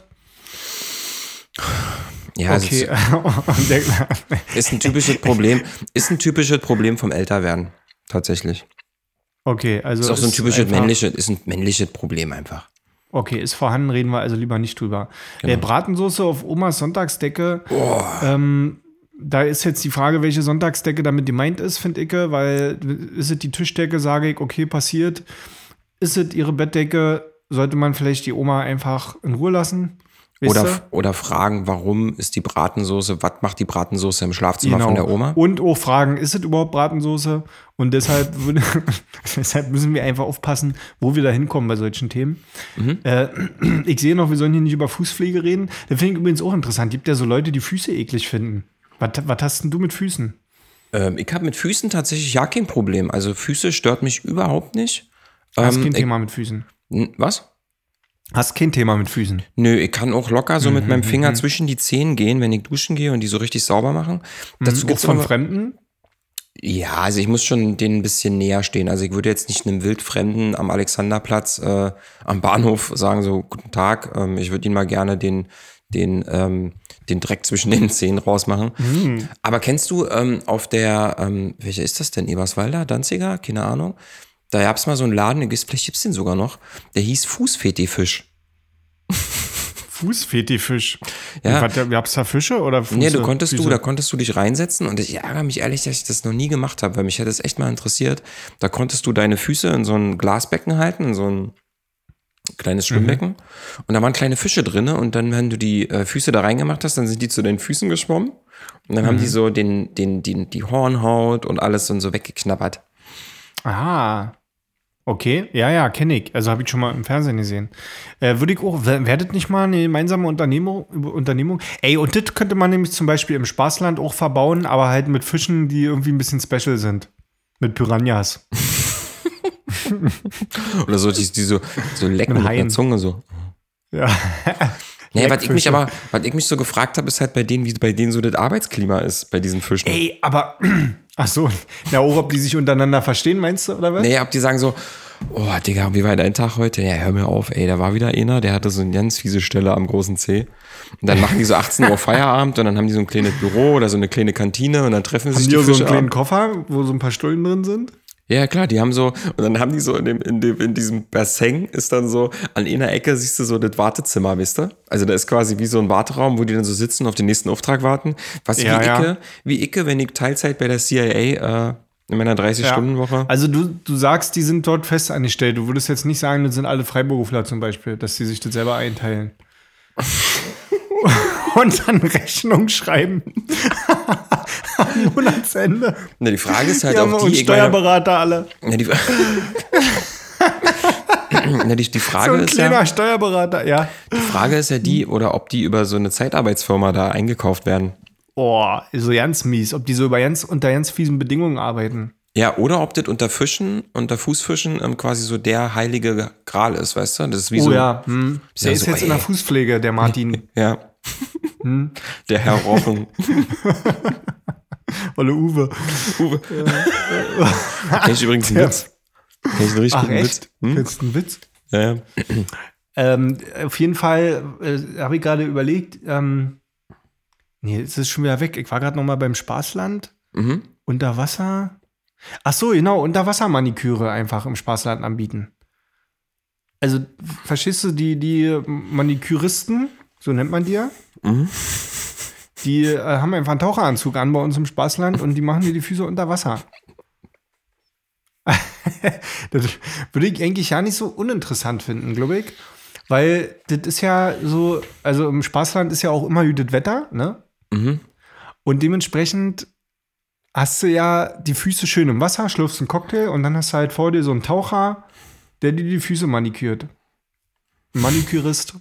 S1: Ja,
S2: okay.
S1: Ist ein typisches Problem vom Älterwerden, tatsächlich.
S2: Okay, also
S1: ist auch so ein typisches männliches Problem einfach.
S2: Okay, ist vorhanden, reden wir also lieber nicht drüber. Genau. Bratensoße auf Omas Sonntagsdecke. Da ist jetzt die Frage, welche Sonntagsdecke damit gemeint ist, finde ich, weil ist es die Tischdecke, sage ich, okay, passiert. Ist es ihre Bettdecke, sollte man vielleicht die Oma einfach in Ruhe lassen.
S1: Oder fragen, warum ist die Bratensoße, was macht die Bratensoße im Schlafzimmer von der Oma?
S2: Und auch fragen, ist es überhaupt Bratensoße? Und deshalb müssen wir einfach aufpassen, wo wir da hinkommen bei solchen Themen. Ich sehe noch, wir sollen hier nicht über Fußpflege reden. Das finde ich übrigens auch interessant. Gibt ja so Leute, die Füße eklig finden. Was hast denn du mit Füßen?
S1: Ich habe mit Füßen tatsächlich ja kein Problem. Also Füße stört mich überhaupt nicht.
S2: Hast kein Thema mit Füßen?
S1: Was?
S2: Hast kein Thema mit Füßen?
S1: Nö, ich kann auch locker so mit meinem Finger zwischen die Zehen gehen, wenn ich duschen gehe und die so richtig sauber machen.
S2: Dazu gibt's von Fremden?
S1: Ja, also ich muss schon denen ein bisschen näher stehen. Also ich würde jetzt nicht einem Wildfremden am Alexanderplatz am Bahnhof sagen, so, guten Tag, ich würde Ihnen mal gerne den den Dreck zwischen den Zähnen rausmachen. Aber kennst du auf der, welcher ist das denn? Eberswalder? Danziger? Keine Ahnung. Da gab es mal so einen Laden, vielleicht gibt's den sogar noch, der hieß Fußfetifisch.
S2: Fußfetifisch?
S1: Ja.
S2: Gab's da Fische oder Füße?
S1: Nee, da konntest du dich reinsetzen und ich ärgere mich ehrlich, dass ich das noch nie gemacht habe, weil mich hätte das echt mal interessiert. Da konntest du deine Füße in so ein Glasbecken halten, in so ein kleines Schwimmbecken und da waren kleine Fische drin und dann, wenn du die Füße da reingemacht hast, dann sind die zu deinen Füßen geschwommen und dann haben die so die Hornhaut und alles und so weggeknabbert.
S2: Ah, okay. Ja, kenne ich. Also habe ich schon mal im Fernsehen gesehen. Würde ich auch, werdet nicht mal eine gemeinsame Unternehmung? Ey, und das könnte man nämlich zum Beispiel im Spaßland auch verbauen, aber halt mit Fischen, die irgendwie ein bisschen special sind. Mit Piranhas.
S1: Oder so, die so lecken mit der Zunge so.
S2: Ja.
S1: Ja, was ich mich so gefragt habe, ist halt wie bei denen so das Arbeitsklima ist, bei diesen Fischen.
S2: Ey, aber, ach so, ja, auch ob die sich untereinander verstehen, meinst du, oder was?
S1: Nee, ob die sagen so, oh, Digga, wie war dein Tag heute? Ja, hör mir auf, ey, da war wieder einer, der hatte so eine ganz fiese Stelle am großen Zeh. Und dann machen die so 18 Uhr Feierabend und dann haben die so ein kleines Büro oder so eine kleine Kantine und dann treffen sich die Fische.
S2: Haben die so einen kleinen Koffer, wo so ein paar Stullen drin sind?
S1: Ja, klar, die haben so, und dann haben die so in diesem Bassin ist dann so, an einer Ecke siehst du so das Wartezimmer, weißt du? Also da ist quasi wie so ein Warteraum, wo die dann so sitzen und auf den nächsten Auftrag warten. Was wie Icke, wenn ich Teilzeit bei der CIA in meiner 30-Stunden-Woche.
S2: Also du sagst, die sind dort fest angestellt. Du würdest jetzt nicht sagen, das sind alle Freiberufler zum Beispiel, dass die sich das selber einteilen. Und dann Rechnung schreiben. Am Monatsende.
S1: Na, die Frage ist halt
S2: auch die... Und Steuerberater alle.
S1: Na, die Frage
S2: so ein
S1: ist
S2: kleiner Steuerberater, ja.
S1: Die Frage ist ja die, oder ob die über so eine Zeitarbeitsfirma da eingekauft werden.
S2: Oh, so ganz mies. Ob die so unter ganz fiesen Bedingungen arbeiten.
S1: Ja, oder ob das unter Fußfischen quasi so der heilige Gral ist, weißt du? Das ist wie so.
S2: Ja. Der ist jetzt in der Fußpflege, der Martin.
S1: Ja. Der Herr Rochen.
S2: Olle Uwe.
S1: Kenn ich übrigens einen Witz. Kenn ich einen richtig guten Witz.
S2: Kennst du einen Witz?
S1: Ja.
S2: Auf jeden Fall habe ich gerade überlegt, es ist schon wieder weg. Ich war gerade noch mal beim Spaßland. Unter Wasser. Ach so, genau, Unterwassermaniküre einfach im Spaßland anbieten. Also, verstehst du, die Maniküristen, so nennt man die ja, die haben einfach einen Taucheranzug an bei uns im Spaßland und die machen dir die Füße unter Wasser. Das würde ich eigentlich ja nicht so uninteressant finden, glaube ich. Weil das ist ja so, also im Spaßland ist ja auch immer das Wetter, ne? Und dementsprechend hast du ja die Füße schön im Wasser, schlürfst einen Cocktail und dann hast du halt vor dir so einen Taucher, der dir die Füße manikürt. Ein Manikürist.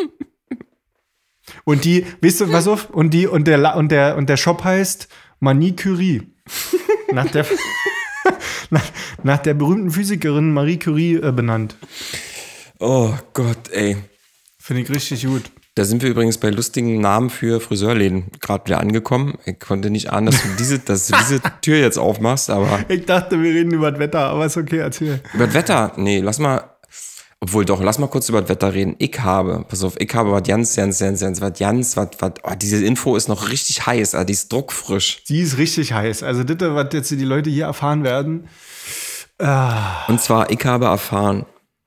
S2: Und die, weißt du, pass auf, und der Shop heißt Manicürie. Nach der berühmten Physikerin Marie Curie benannt.
S1: Oh Gott, ey.
S2: Finde ich richtig gut.
S1: Da sind wir übrigens bei lustigen Namen für Friseurläden gerade wieder angekommen. Ich konnte nicht ahnen, dass du diese Tür jetzt aufmachst, aber...
S2: Ich dachte, wir reden über das Wetter, aber ist okay, erzähl.
S1: Über das Wetter? Nee, lass mal kurz über das Wetter reden. Ich habe diese Info ist noch richtig heiß, also die ist druckfrisch.
S2: Die ist richtig heiß. Also das, was jetzt die Leute hier erfahren werden.
S1: Und zwar, ich habe erfahren,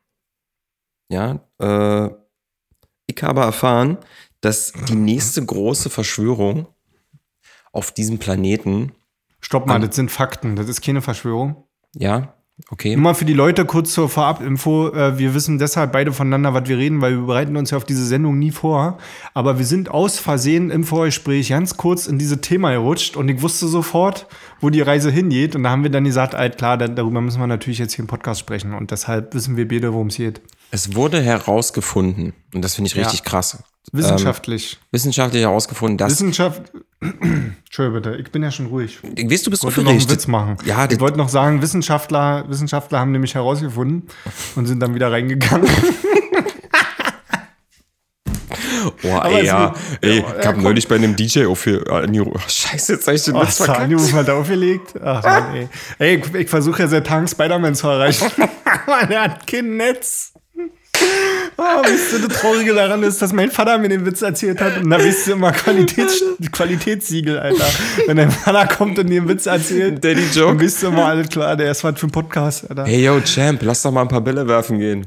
S1: dass die nächste große Verschwörung auf diesem Planeten...
S2: Stopp mal, das sind Fakten, das ist keine Verschwörung.
S1: Ja, okay.
S2: Nur mal für die Leute kurz zur Vorab-Info. Wir wissen deshalb beide voneinander, was wir reden, weil wir bereiten uns ja auf diese Sendung nie vor. Aber wir sind aus Versehen im Vorgespräch ganz kurz in dieses Thema gerutscht und ich wusste sofort, wo die Reise hingeht. Und da haben wir dann gesagt, klar, darüber müssen wir natürlich jetzt hier im Podcast sprechen. Und deshalb wissen wir beide, worum es geht.
S1: Es wurde herausgefunden, und das finde ich richtig krass.
S2: Wissenschaftlich
S1: herausgefunden, dass...
S2: Entschuldigung bitte, ich bin ja schon ruhig.
S1: Du bist aufgeregt.
S2: Ich wollte noch einen Witz machen.
S1: Ja,
S2: ich wollte noch sagen, Wissenschaftler haben nämlich herausgefunden und sind dann wieder reingegangen.
S1: Ich habe neulich bei einem DJ Scheiße, jetzt habe ich den Witz verkackt.
S2: Anruf halt aufgelegt. Ach Mann, ey. Ich versuche ja seit Tagen Spider-Man zu erreichen. Aber der hat kein Netz. Wisst ihr, das Traurige daran ist, dass mein Vater mir den Witz erzählt hat und da wisst ihr immer Qualitätssiegel, Alter. Wenn dein Vater kommt und den Witz erzählt,
S1: Daddy Joke.
S2: dann wisst ihr immer alles klar, der ist was für ein Podcast, Alter.
S1: Hey, yo, Champ, lass doch mal ein paar Bälle werfen gehen.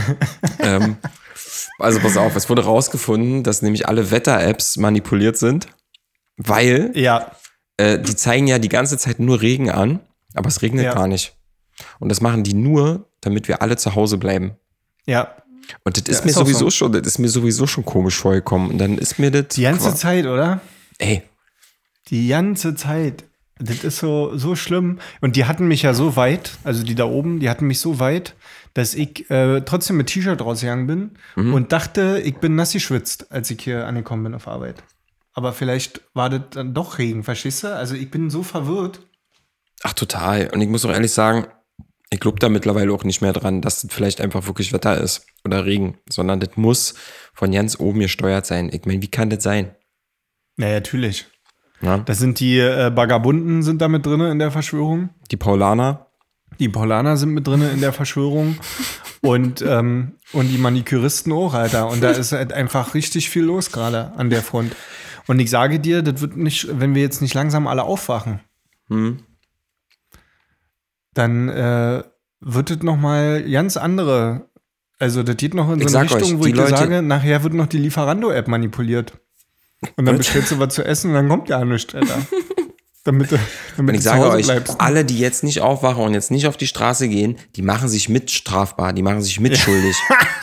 S1: Also pass auf, es wurde rausgefunden, dass nämlich alle Wetter-Apps manipuliert sind, weil die zeigen ja die ganze Zeit nur Regen an, aber es regnet gar nicht. Und das machen die nur, damit wir alle zu Hause bleiben.
S2: Ja.
S1: Und das ist mir sowieso schon komisch vorgekommen. Und dann ist mir das.
S2: Die ganze Zeit, oder?
S1: Ey.
S2: Die ganze Zeit. Das ist so schlimm. Und die hatten mich ja so weit, also die da oben, die hatten mich so weit, dass ich trotzdem mit T-Shirt rausgegangen bin und dachte, ich bin nass geschwitzt, als ich hier angekommen bin auf Arbeit. Aber vielleicht war das dann doch Regen, verstehst du? Also ich bin so verwirrt.
S1: Ach, total. Und ich muss auch ehrlich sagen, ich glaube da mittlerweile auch nicht mehr dran, dass das vielleicht einfach wirklich Wetter ist oder Regen, sondern das muss von ganz oben gesteuert sein. Ich meine, wie kann das sein?
S2: Naja, natürlich.
S1: Ja?
S2: Das sind die Vagabunden sind da mit drin in der Verschwörung.
S1: Die Paulaner.
S2: Die Paulaner sind mit drin in der Verschwörung. Und die Maniküristen auch, Alter. Und da ist halt einfach richtig viel los gerade an der Front. Und ich sage dir, das wird nicht, wenn wir jetzt nicht langsam alle aufwachen, dann wird es nochmal ganz andere, also das geht noch in so eine Richtung, wo ich dir sage, nachher wird noch die Lieferando-App manipuliert. Und dann bestellst du was zu essen und dann kommt ja nichts, Alter. Damit
S1: und ich
S2: du
S1: sage
S2: zu Hause
S1: euch,
S2: bleibst.
S1: alle, die jetzt nicht aufwachen und jetzt nicht auf die Straße gehen, die machen sich mit strafbar, die machen sich mitschuldig.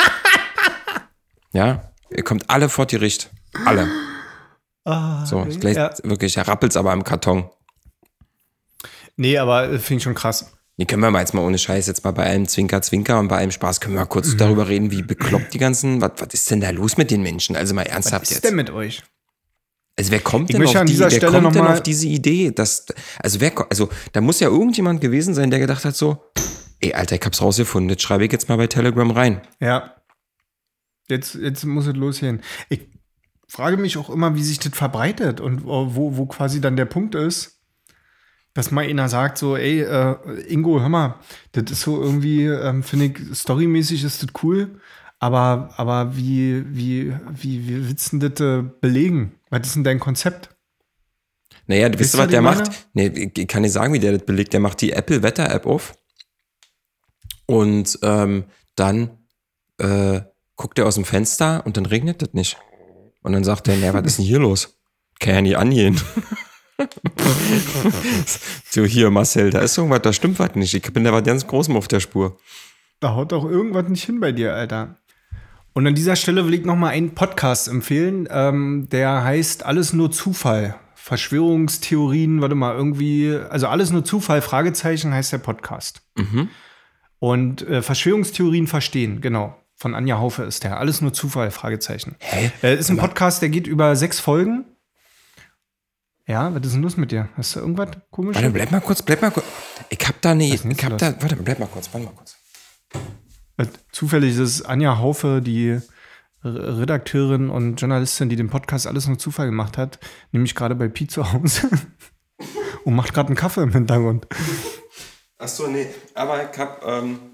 S1: Ja, ihr kommt alle vor Gericht. Alle. So, gleich wirklich, da rappelt's aber im Karton.
S2: Nee, aber finde ich schon krass.
S1: Nee, können wir mal jetzt mal ohne Scheiß jetzt mal bei allem Zwinker und bei allem Spaß, können wir mal kurz darüber reden, wie bekloppt die ganzen, was ist denn da los mit den Menschen? Also mal ernsthaft jetzt.
S2: Was ist denn mit euch?
S1: Also wer kommt denn auf diese Idee? Da muss ja irgendjemand gewesen sein, der gedacht hat so, ey, Alter, ich hab's rausgefunden, das schreibe ich jetzt mal bei Telegram rein.
S2: Ja. Jetzt muss es losgehen. Ich frage mich auch immer, wie sich das verbreitet und wo quasi dann der Punkt ist, dass mal einer sagt so, ey, Ingo, hör mal, das ist so irgendwie, finde ich, storymäßig ist das cool, aber wie willst du das belegen? Was ist denn dein Konzept?
S1: Naja, wisst ihr, was der macht? Nee, ich kann nicht sagen, wie der das belegt. Der macht die Apple-Wetter-App auf und dann guckt er aus dem Fenster und dann regnet das nicht. Und dann sagt er, naja, was ist denn hier los? Kann ja nicht angehen. So, hier, Marcel, da ist irgendwas, da stimmt was nicht. Ich bin da was ganz Großem auf der Spur.
S2: Da haut doch irgendwas nicht hin bei dir, Alter. Und an dieser Stelle will ich noch mal einen Podcast empfehlen, der heißt Alles nur Zufall. Verschwörungstheorien, warte mal, irgendwie, also Alles nur Zufall, Fragezeichen heißt der Podcast. Und Verschwörungstheorien verstehen, genau. Von Anja Haufe ist der. Alles nur Zufall, Fragezeichen. Ist ein Podcast, der geht über 6 Folgen. Ja, was ist denn los mit dir? Hast du irgendwas komisches?
S1: Warte, bleib mal kurz. Ich hab da warte, bleib mal kurz.
S2: Zufällig ist es Anja Haufe, die Redakteurin und Journalistin, die den Podcast Alles nur Zufall gemacht hat, nämlich gerade bei Pi zu Hause und macht gerade einen Kaffee im Hintergrund.
S1: Achso, nee, aber ich hab,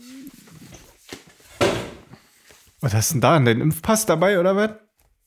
S2: Was hast du denn da? Dein Impfpass dabei oder was?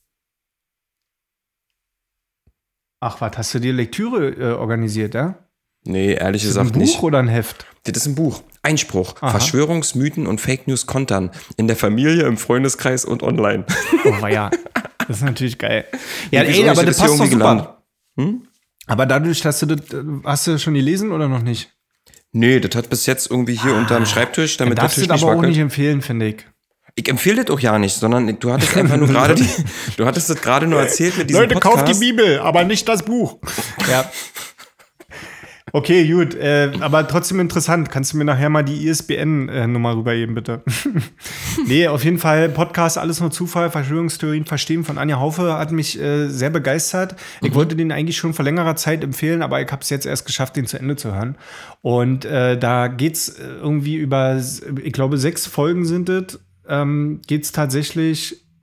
S2: Ach, was, hast du dir Lektüre organisiert, ja?
S1: Nee, ehrlich gesagt
S2: nicht. Ein Buch
S1: nicht.
S2: oder ein Heft?
S1: Das ist ein Buch. Einspruch. Aha. Verschwörungsmythen und Fake News kontern. In der Familie, im Freundeskreis und online.
S2: Oh, ja. Das ist natürlich geil. Ja, ey, aber das passt doch super. Aber dadurch, dass hast du schon gelesen oder noch nicht?
S1: Nee, das hat bis jetzt irgendwie hier unterm Schreibtisch, damit
S2: der Tisch nicht wackelt. Darfst du aber auch nicht empfehlen, finde ich.
S1: Ich empfehle das auch ja nicht, sondern du hattest einfach nur gerade du hattest das gerade nur erzählt mit diesem
S2: Leute,
S1: Podcast.
S2: kauft die Bibel, aber nicht das Buch. Ja. Okay, gut, aber trotzdem interessant. Kannst du mir nachher mal die ISBN-Nummer rübergeben, bitte? Nee, auf jeden Fall Podcast Alles nur Zufall, Verschwörungstheorien verstehen von Anja Haufe hat mich sehr begeistert. Ich wollte den eigentlich schon vor längerer Zeit empfehlen, aber ich habe es jetzt erst geschafft, den zu Ende zu hören. Und da geht's irgendwie über, ich glaube, 6 Folgen sind es, geht es tatsächlich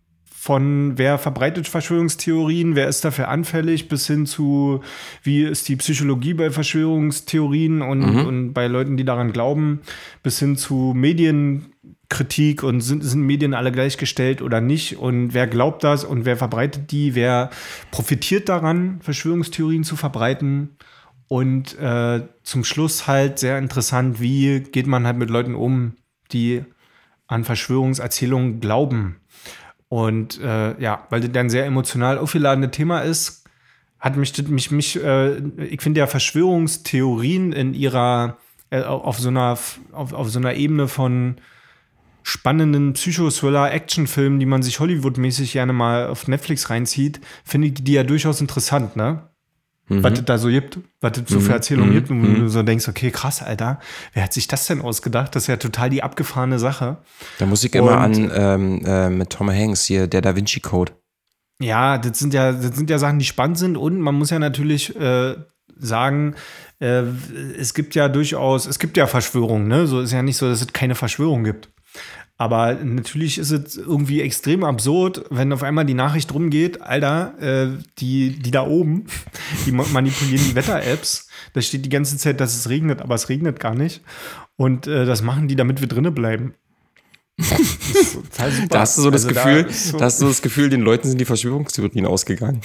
S2: von wer verbreitet Verschwörungstheorien, wer ist dafür anfällig, bis hin zu wie ist die Psychologie bei Verschwörungstheorien und bei Leuten, die daran glauben, bis hin zu Medienkritik und sind Medien alle gleichgestellt oder nicht und wer glaubt das und wer verbreitet die, wer profitiert daran, Verschwörungstheorien zu verbreiten. Und zum Schluss halt sehr interessant, wie geht man halt mit Leuten um, die an Verschwörungserzählungen glauben. Und weil das ein sehr emotional aufgeladene Thema ist, hat ich finde ja Verschwörungstheorien in ihrer auf so einer Ebene von spannenden Psychothriller-Actionfilmen, die man sich Hollywood-mäßig gerne mal auf Netflix reinzieht, finde ich die ja durchaus interessant, ne? Was es da so gibt, was es so für Erzählungen gibt und du so denkst, okay, krass, Alter, wer hat sich das denn ausgedacht? Das ist ja total die abgefahrene Sache.
S1: Da muss ich immer an mit Tom Hanks hier, der Da Vinci Code.
S2: Ja, das sind ja Sachen, die spannend sind und man muss ja natürlich sagen, es gibt ja Verschwörungen, ne? So ist ja nicht so, dass es keine Verschwörung gibt. Aber natürlich ist es irgendwie extrem absurd, wenn auf einmal die Nachricht rumgeht, Alter, die da oben, die manipulieren die Wetter-Apps. Da steht die ganze Zeit, dass es regnet, aber es regnet gar nicht. Und das machen die, damit wir drinnen bleiben. Das ist total super.
S1: Da hast du so das Gefühl, den Leuten sind die Verschwörungstheorien ausgegangen.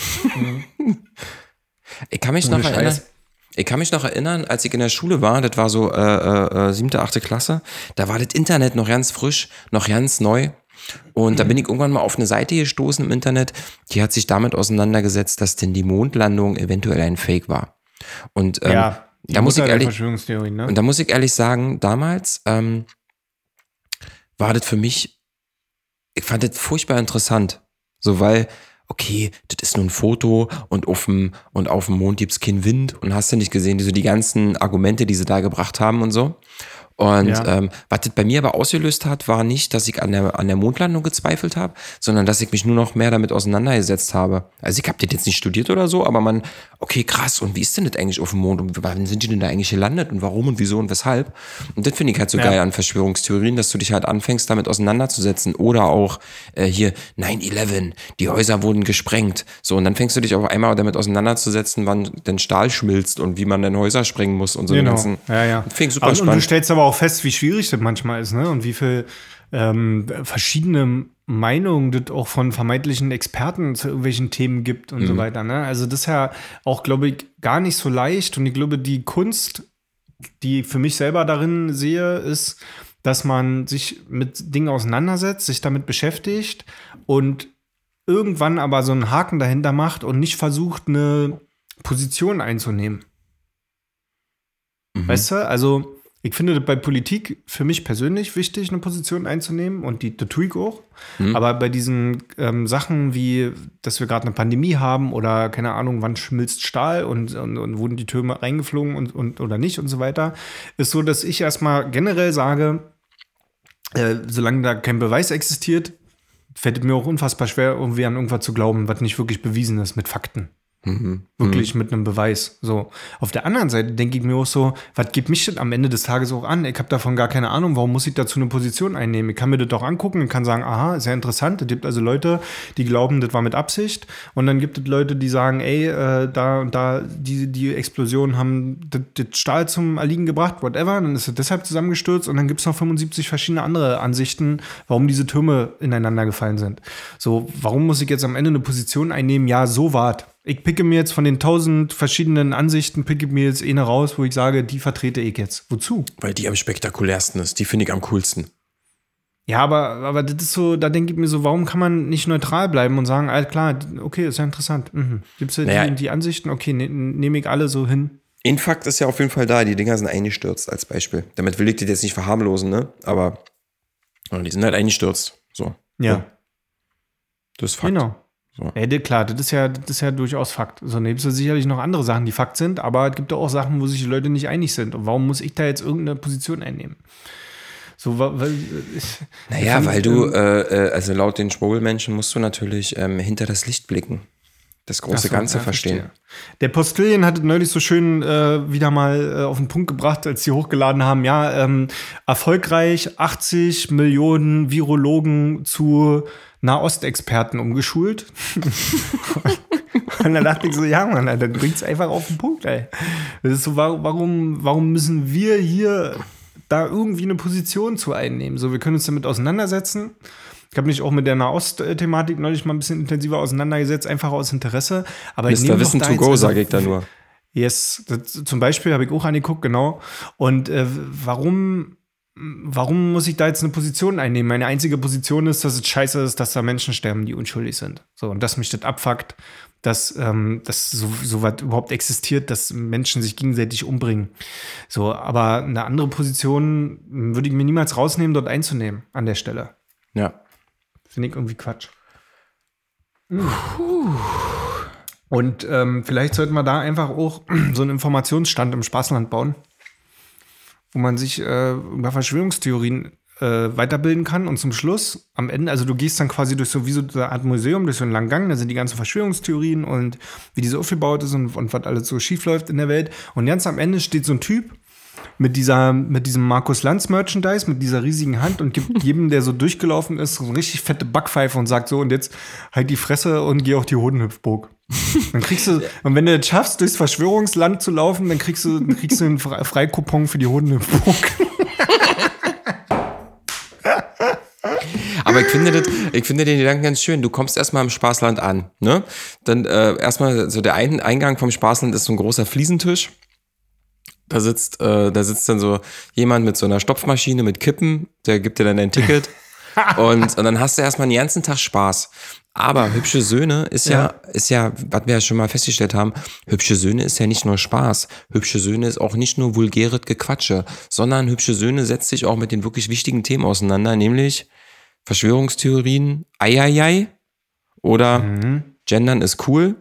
S1: Ich kann mich noch erinnern, als ich in der Schule war, das war so 7., 8. Klasse, da war das Internet noch ganz frisch, noch ganz neu. Und da bin ich irgendwann mal auf eine Seite gestoßen im Internet, die hat sich damit auseinandergesetzt, dass denn die Mondlandung eventuell ein Fake war. Und da muss ich ehrlich sagen, damals war das für mich, ich fand das furchtbar interessant. So, weil okay, das ist nur ein Foto und auf dem Mond gibt's keinen Wind und hast du nicht gesehen, die ganzen Argumente, die sie da gebracht haben und so. Und was das bei mir aber ausgelöst hat, war nicht, dass ich an der Mondlandung gezweifelt habe, sondern dass ich mich nur noch mehr damit auseinandergesetzt habe. Also ich habe das jetzt nicht studiert oder so, aber okay, krass, und wie ist denn das eigentlich auf dem Mond? Und wann sind die denn da eigentlich gelandet? Und warum und wieso und weshalb? Und das finde ich halt so geil an Verschwörungstheorien, dass du dich halt anfängst, damit auseinanderzusetzen. Oder auch hier 9/11, die Häuser wurden gesprengt. So, und dann fängst du dich auf einmal damit auseinanderzusetzen, wann denn Stahl schmilzt und wie man denn Häuser sprengen muss und so.
S2: Genau.
S1: Das finde ich super spannend.
S2: Und du stellst aber auch fest, wie schwierig das manchmal ist, ne? Und wie viel verschiedene Meinungen das auch von vermeintlichen Experten zu irgendwelchen Themen gibt und so weiter, ne? Also das ist ja auch, glaube ich, gar nicht so leicht. Und ich glaube, die Kunst, die ich für mich selber darin sehe, ist, dass man sich mit Dingen auseinandersetzt, sich damit beschäftigt und irgendwann aber so einen Haken dahinter macht und nicht versucht, eine Position einzunehmen. Weißt du? Also ich finde das bei Politik für mich persönlich wichtig, eine Position einzunehmen und das tue ich auch. Aber bei diesen Sachen wie, dass wir gerade eine Pandemie haben oder keine Ahnung, wann schmilzt Stahl und wurden die Türme reingeflogen und oder nicht und so weiter, ist so, dass ich erstmal generell sage, solange da kein Beweis existiert, fällt es mir auch unfassbar schwer, irgendwie an irgendwas zu glauben, was nicht wirklich bewiesen ist mit Fakten. Wirklich mit einem Beweis. So. Auf der anderen Seite denke ich mir auch so, was geht mich denn am Ende des Tages auch an? Ich habe davon gar keine Ahnung, warum muss ich dazu eine Position einnehmen? Ich kann mir das doch angucken und kann sagen, aha, sehr interessant. Es gibt also Leute, die glauben, das war mit Absicht. Und dann gibt es Leute, die sagen, ey, da und da, die Explosionen haben das Stahl zum Erliegen gebracht, whatever. Dann ist es deshalb zusammengestürzt und dann gibt es noch 75 verschiedene andere Ansichten, warum diese Türme ineinander gefallen sind. So, warum muss ich jetzt am Ende eine Position einnehmen? Ja, so wart. Ich picke mir jetzt von den 1000 verschiedenen Ansichten, picke mir jetzt eine raus, wo ich sage, die vertrete ich jetzt. Wozu?
S1: Weil die am spektakulärsten ist. Die finde ich am coolsten.
S2: Ja, aber das ist so, da denke ich mir so, warum kann man nicht neutral bleiben und sagen, klar, okay, ist ja interessant. Gibt es ja die Ansichten? Okay, nehme ich alle so hin.
S1: Ein Fakt ist ja auf jeden Fall da, die Dinger sind eingestürzt als Beispiel. Damit will ich das jetzt nicht verharmlosen, ne? Aber die sind halt eingestürzt. So.
S2: Ja.
S1: Das ist Fakt.
S2: Genau. So. Klar, das ist ja durchaus Fakt. So, gibt es sicherlich noch andere Sachen, die Fakt sind, aber es gibt ja auch Sachen, wo sich die Leute nicht einig sind. Und warum muss ich da jetzt irgendeine Position einnehmen? So, weil
S1: du, also laut den Schwurbelmenschen musst du natürlich hinter das Licht blicken. Das große Ganze verstehen. Verstehe.
S2: Der Postillon hat es neulich so schön wieder mal auf den Punkt gebracht, als sie hochgeladen haben, erfolgreich 80 Millionen Virologen zu Nahostexperten umgeschult. Und dann dachte ich so, ja, Mann, dann bringt's einfach auf den Punkt, ey. Das ist so, warum müssen wir hier da irgendwie eine Position zu einnehmen? So, wir können uns damit auseinandersetzen. Ich habe mich auch mit der Nahost-Thematik neulich mal ein bisschen intensiver auseinandergesetzt, einfach aus Interesse. Aber ich
S1: Mr. Wissen to go, sage ich da nur.
S2: Yes, zum Beispiel habe ich auch angeguckt, genau. Und warum muss ich da jetzt eine Position einnehmen? Meine einzige Position ist, dass es scheiße ist, dass da Menschen sterben, die unschuldig sind. So, und dass mich das abfuckt, dass so was überhaupt existiert, dass Menschen sich gegenseitig umbringen. So, aber eine andere Position würde ich mir niemals rausnehmen, dort einzunehmen an der Stelle.
S1: Ja.
S2: Finde ich irgendwie Quatsch. Und vielleicht sollten wir da einfach auch so einen Informationsstand im Spaßland bauen, wo man sich über Verschwörungstheorien weiterbilden kann und zum Schluss am Ende, also du gehst dann quasi durch so wie so eine Art Museum, durch so einen langen Gang, da sind die ganzen Verschwörungstheorien und wie die so aufgebaut ist und was alles so schief läuft in der Welt. Und ganz am Ende steht so ein Typ mit diesem Markus Lanz Merchandise, mit dieser riesigen Hand und gibt jedem, der so durchgelaufen ist, so eine richtig fette Backpfeife und sagt so, und jetzt halt die Fresse und geh auf die Hodenhüpfburg. Dann kriegst du, und wenn du es schaffst, durchs Verschwörungsland zu laufen, dann kriegst du einen Freikupon für die Hodenhüpfburg.
S1: Aber ich finde den Gedanken ganz schön. Du kommst erstmal im Spaßland an, ne? Dann erstmal so der Eingang vom Spaßland ist so ein großer Fliesentisch. Da sitzt dann so jemand mit so einer Stopfmaschine mit Kippen, der gibt dir dann ein Ticket und dann hast du erstmal den ganzen Tag Spaß. Aber Hübsche Söhne ist ja, was wir ja schon mal festgestellt haben, Hübsche Söhne ist ja nicht nur Spaß. Hübsche Söhne ist auch nicht nur vulgäres Gequatsche, sondern Hübsche Söhne setzt sich auch mit den wirklich wichtigen Themen auseinander, nämlich Verschwörungstheorien, Eieiei oder Gendern ist cool.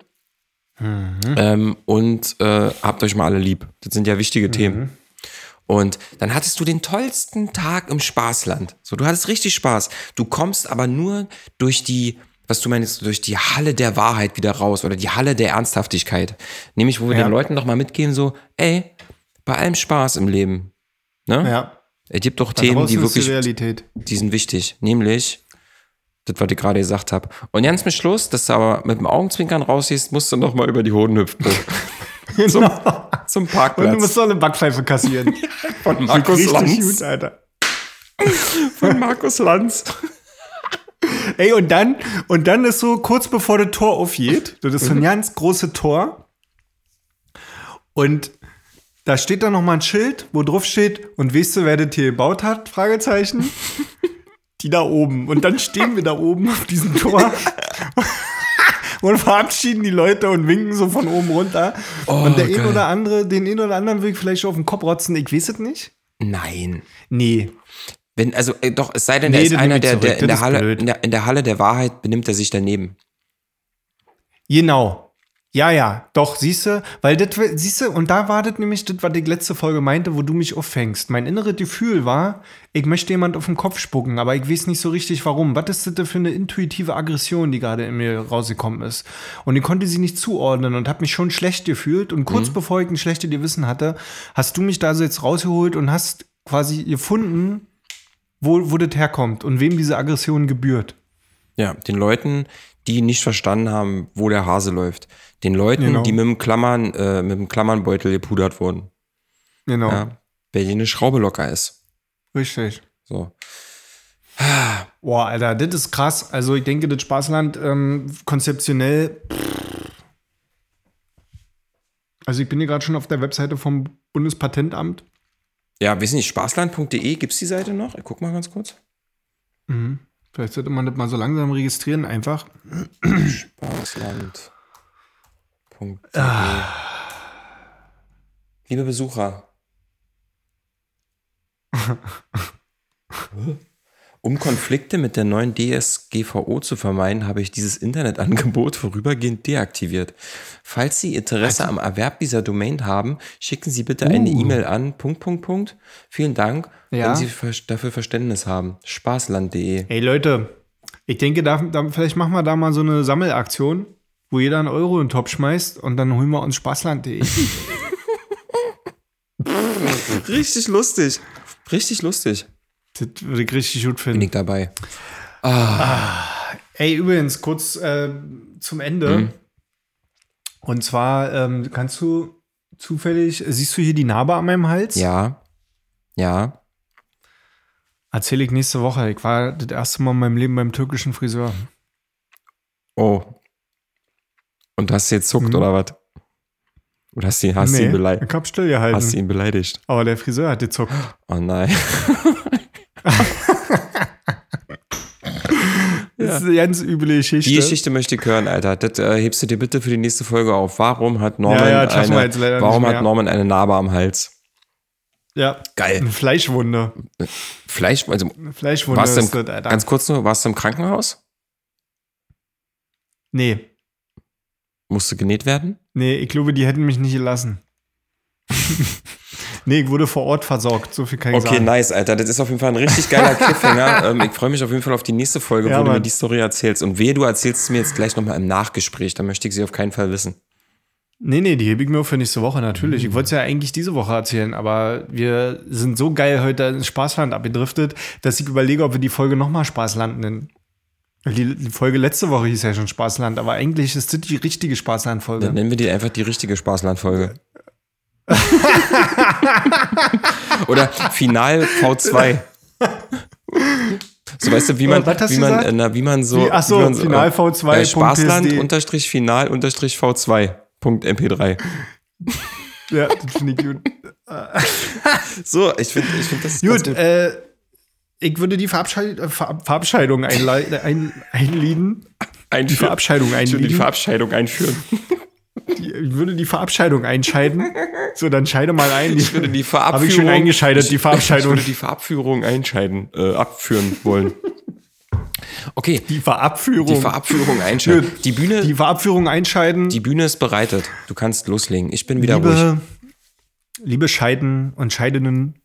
S1: Und habt euch mal alle lieb. Das sind ja wichtige Themen. Und dann hattest du den tollsten Tag im Spaßland. So, du hattest richtig Spaß. Du kommst aber nur durch die, was du meinst, durch die Halle der Wahrheit wieder raus oder die Halle der Ernsthaftigkeit. Nämlich, wo wir den Leuten noch mal mitgeben, so, ey, bei allem Spaß im Leben, ne?
S2: Ja.
S1: Es gibt doch Themen, die wirklich, die sind wichtig. Nämlich, das, was ich gerade gesagt habe. Und ganz zum Schluss, dass du aber mit dem Augenzwinkern rausgehst, musst du noch mal über die Hodenhüpfburg. Zum Parkplatz.
S2: Und du musst doch eine Backpfeife kassieren.
S1: Von Markus Lanz.
S2: Gut, Alter.
S1: Von Markus Lanz.
S2: Ey, und dann ist so kurz bevor das Tor aufgeht, das ist so ein ganz großes Tor. Und da steht dann noch mal ein Schild, wo drauf steht, und weißt du, wer das hier gebaut hat? Fragezeichen. Die da oben. Und dann stehen wir da oben auf diesem Tor und verabschieden die Leute und winken so von oben runter. Oh, und den einen oder anderen will ich vielleicht auf den Kopf rotzen. Ich weiß es nicht.
S1: Nein.
S2: Nee.
S1: Doch, es sei denn, der ist einer, der in der Halle der Wahrheit benimmt er sich daneben.
S2: Genau. Ja, doch, siehste, und da war das nämlich das, was ich letzte Folge meinte, wo du mich auffängst. Mein inneres Gefühl war, ich möchte jemand auf den Kopf spucken, aber ich weiß nicht so richtig, warum. Was ist das denn für eine intuitive Aggression, die gerade in mir rausgekommen ist? Und ich konnte sie nicht zuordnen und habe mich schon schlecht gefühlt. Und kurz bevor ich ein schlechtes Gewissen hatte, hast du mich da so jetzt rausgeholt und hast quasi gefunden, wo das herkommt und wem diese Aggression gebührt.
S1: Ja, den Leuten, die nicht verstanden haben, wo der Hase läuft. Den Leuten, die mit dem Klammernbeutel gepudert wurden.
S2: Genau.
S1: Ja, bei denen eine Schraube locker ist.
S2: Richtig.
S1: So.
S2: Boah, Alter, das ist krass. Also ich denke, das Spaßland konzeptionell. Also ich bin hier gerade schon auf der Webseite vom Bundespatentamt.
S1: Ja, wissen nicht, spaßland.de, gibt's die Seite noch? Ich guck mal ganz kurz.
S2: Vielleicht sollte man das mal so langsam registrieren, einfach.
S1: Spaßland.de. Liebe Besucher. Um Konflikte mit der neuen DSGVO zu vermeiden, habe ich dieses Internetangebot vorübergehend deaktiviert. Falls Sie Interesse am Erwerb dieser Domain haben, schicken Sie bitte eine E-Mail an ... Vielen Dank, wenn Sie dafür Verständnis haben. Spaßland.de.
S2: Hey Leute, ich denke, vielleicht machen wir da mal so eine Sammelaktion, wo jeder einen Euro in den Topf schmeißt und dann holen wir uns Spaßland.de.
S1: Richtig lustig. Richtig lustig.
S2: Das würde ich richtig gut finden.
S1: Bin ich dabei.
S2: Ey, übrigens, kurz zum Ende. Und zwar kannst du zufällig, siehst du hier die Narbe an meinem Hals?
S1: Ja.
S2: Erzähle ich nächste Woche. Ich war das erste Mal in meinem Leben beim türkischen Friseur.
S1: Oh. Und hast du jetzt zuckt oder was? Oder hast du ihn beleidigt?
S2: Ich hab stillgehalten.
S1: Hast du ihn beleidigt?
S2: Aber der Friseur hat gezuckt.
S1: Oh nein.
S2: Das ist eine ganz üble Geschichte.
S1: Die Geschichte möchte ich hören, Alter. Das hebst du dir bitte für die nächste Folge auf. Warum hat Norman, eine Narbe am Hals?
S2: Ja.
S1: Geil.
S2: Eine Fleischwunde.
S1: Fleischwunde
S2: Warst
S1: ist das, Alter. Ganz kurz nur, warst du im Krankenhaus?
S2: Nee.
S1: Musste genäht werden?
S2: Nee, ich glaube, die hätten mich nicht gelassen. Nee, ich wurde vor Ort versorgt. So viel kann ich sagen.
S1: Okay, nice, Alter. Das ist auf jeden Fall ein richtig geiler Cliffhanger. Ich freue mich auf jeden Fall auf die nächste Folge, wo du mir die Story erzählst. Und wehe, du erzählst es mir jetzt gleich nochmal im Nachgespräch. Da möchte ich sie auf keinen Fall wissen.
S2: Nee, die hebe ich mir auch für nächste Woche, natürlich. Ich wollte es ja eigentlich diese Woche erzählen, aber wir sind so geil heute ins Spaßland abgedriftet, dass ich überlege, ob wir die Folge nochmal Spaßland nennen. Die Folge letzte Woche hieß ja schon Spaßland, aber eigentlich ist das die richtige Spaßland-Folge.
S1: Dann nennen wir die einfach die richtige Spaßland-Folge. Oder Final V2. So, weißt du, wie man so
S2: Final V2.
S1: Spaßland-Final-V2.mp3.
S2: Ja, das finde ich gut.
S1: So, ich finde das
S2: gut. Ich würde die Verabschiedung einleiten. Die Verabschiedung einleiten.
S1: Die Verabschiedung einführen.
S2: Ich würde die Verabschiedung einscheiden. So, dann scheide mal ein.
S1: Ich würde die Verabführung.
S2: Habe ich schon eingescheidet, die Verabschiedung.
S1: Ich würde die Verabführung abführen wollen. Okay.
S2: Die Verabführung.
S1: Die Verabführung einscheiden.
S2: Die Verabführung einscheiden.
S1: Die Bühne ist bereitet. Du kannst loslegen. Ich bin wieder ruhig.
S2: Liebe Scheiden und Scheidenden.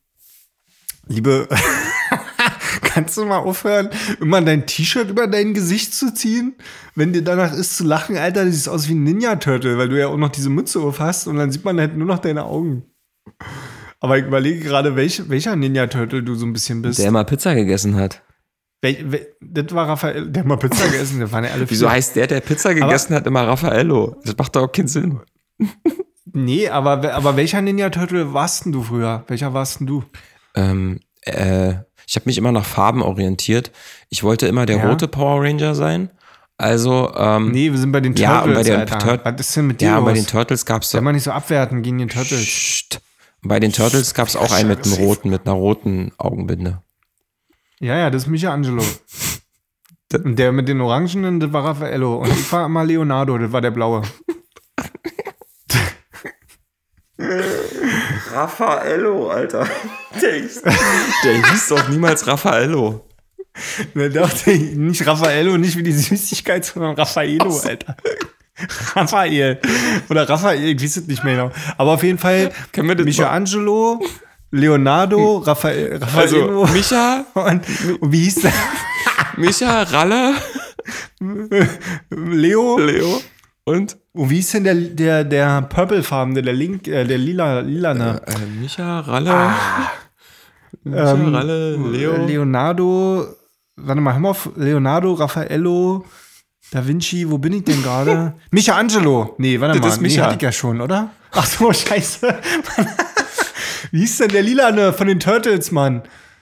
S2: Kannst du mal aufhören, immer dein T-Shirt über dein Gesicht zu ziehen? Wenn dir danach ist zu lachen, Alter, das sieht aus wie ein Ninja-Turtle, weil du ja auch noch diese Mütze auf hast und dann sieht man halt nur noch deine Augen. Aber ich überlege gerade, welcher Ninja-Turtle du so ein bisschen bist.
S1: Der mal Pizza gegessen hat.
S2: Das war Raphael, der mal Pizza gegessen, das waren ja alle.
S1: Wieso heißt der Pizza gegessen hat, immer Raffaello? Das macht doch auch keinen Sinn.
S2: Nee, aber welcher Ninja-Turtle warst denn du früher? Welcher warst denn du?
S1: Ich habe mich immer nach Farben orientiert. Ich wollte immer der rote Power Ranger sein. Also,
S2: nee, wir sind bei den Turtles,
S1: ja, bei den
S2: Alter. Was ist denn mit dir los?
S1: Bei den Turtles gab's
S2: Sei mal nicht so abwerten gegen den Turtles.
S1: Bei den Turtles gab's auch einen mit einer roten Augenbinde.
S2: Ja, das ist Michelangelo. Und der mit den Orangenen, das war Raffaello. Und ich war immer Leonardo, das war der Blaue.
S1: Raffaello, Alter. Der hieß doch niemals Raffaello.
S2: Doch, nicht Raffaello, nicht wie die Süßigkeit, sondern Raffaello, Alter. Raphael. Oder Raphael, ich weiß es nicht mehr genau. Aber auf jeden Fall Michelangelo, Leonardo, Raffaello.
S1: Also Micha.
S2: Und wie hieß der?
S1: Micha, Ralle.
S2: Leo.
S1: Und
S2: wie ist denn der purplefarbene, der lilane?
S1: Micha, Ralle. Ralle, Leo.
S2: Leonardo, warte mal, hör mal auf. Leonardo, Raffaello, Da Vinci, wo bin ich denn gerade? Michelangelo. Nee, warte mal. Nee, hatte ich ja schon, oder? Ach so, scheiße. Wie hieß denn der Lilane von den Turtles, Mann?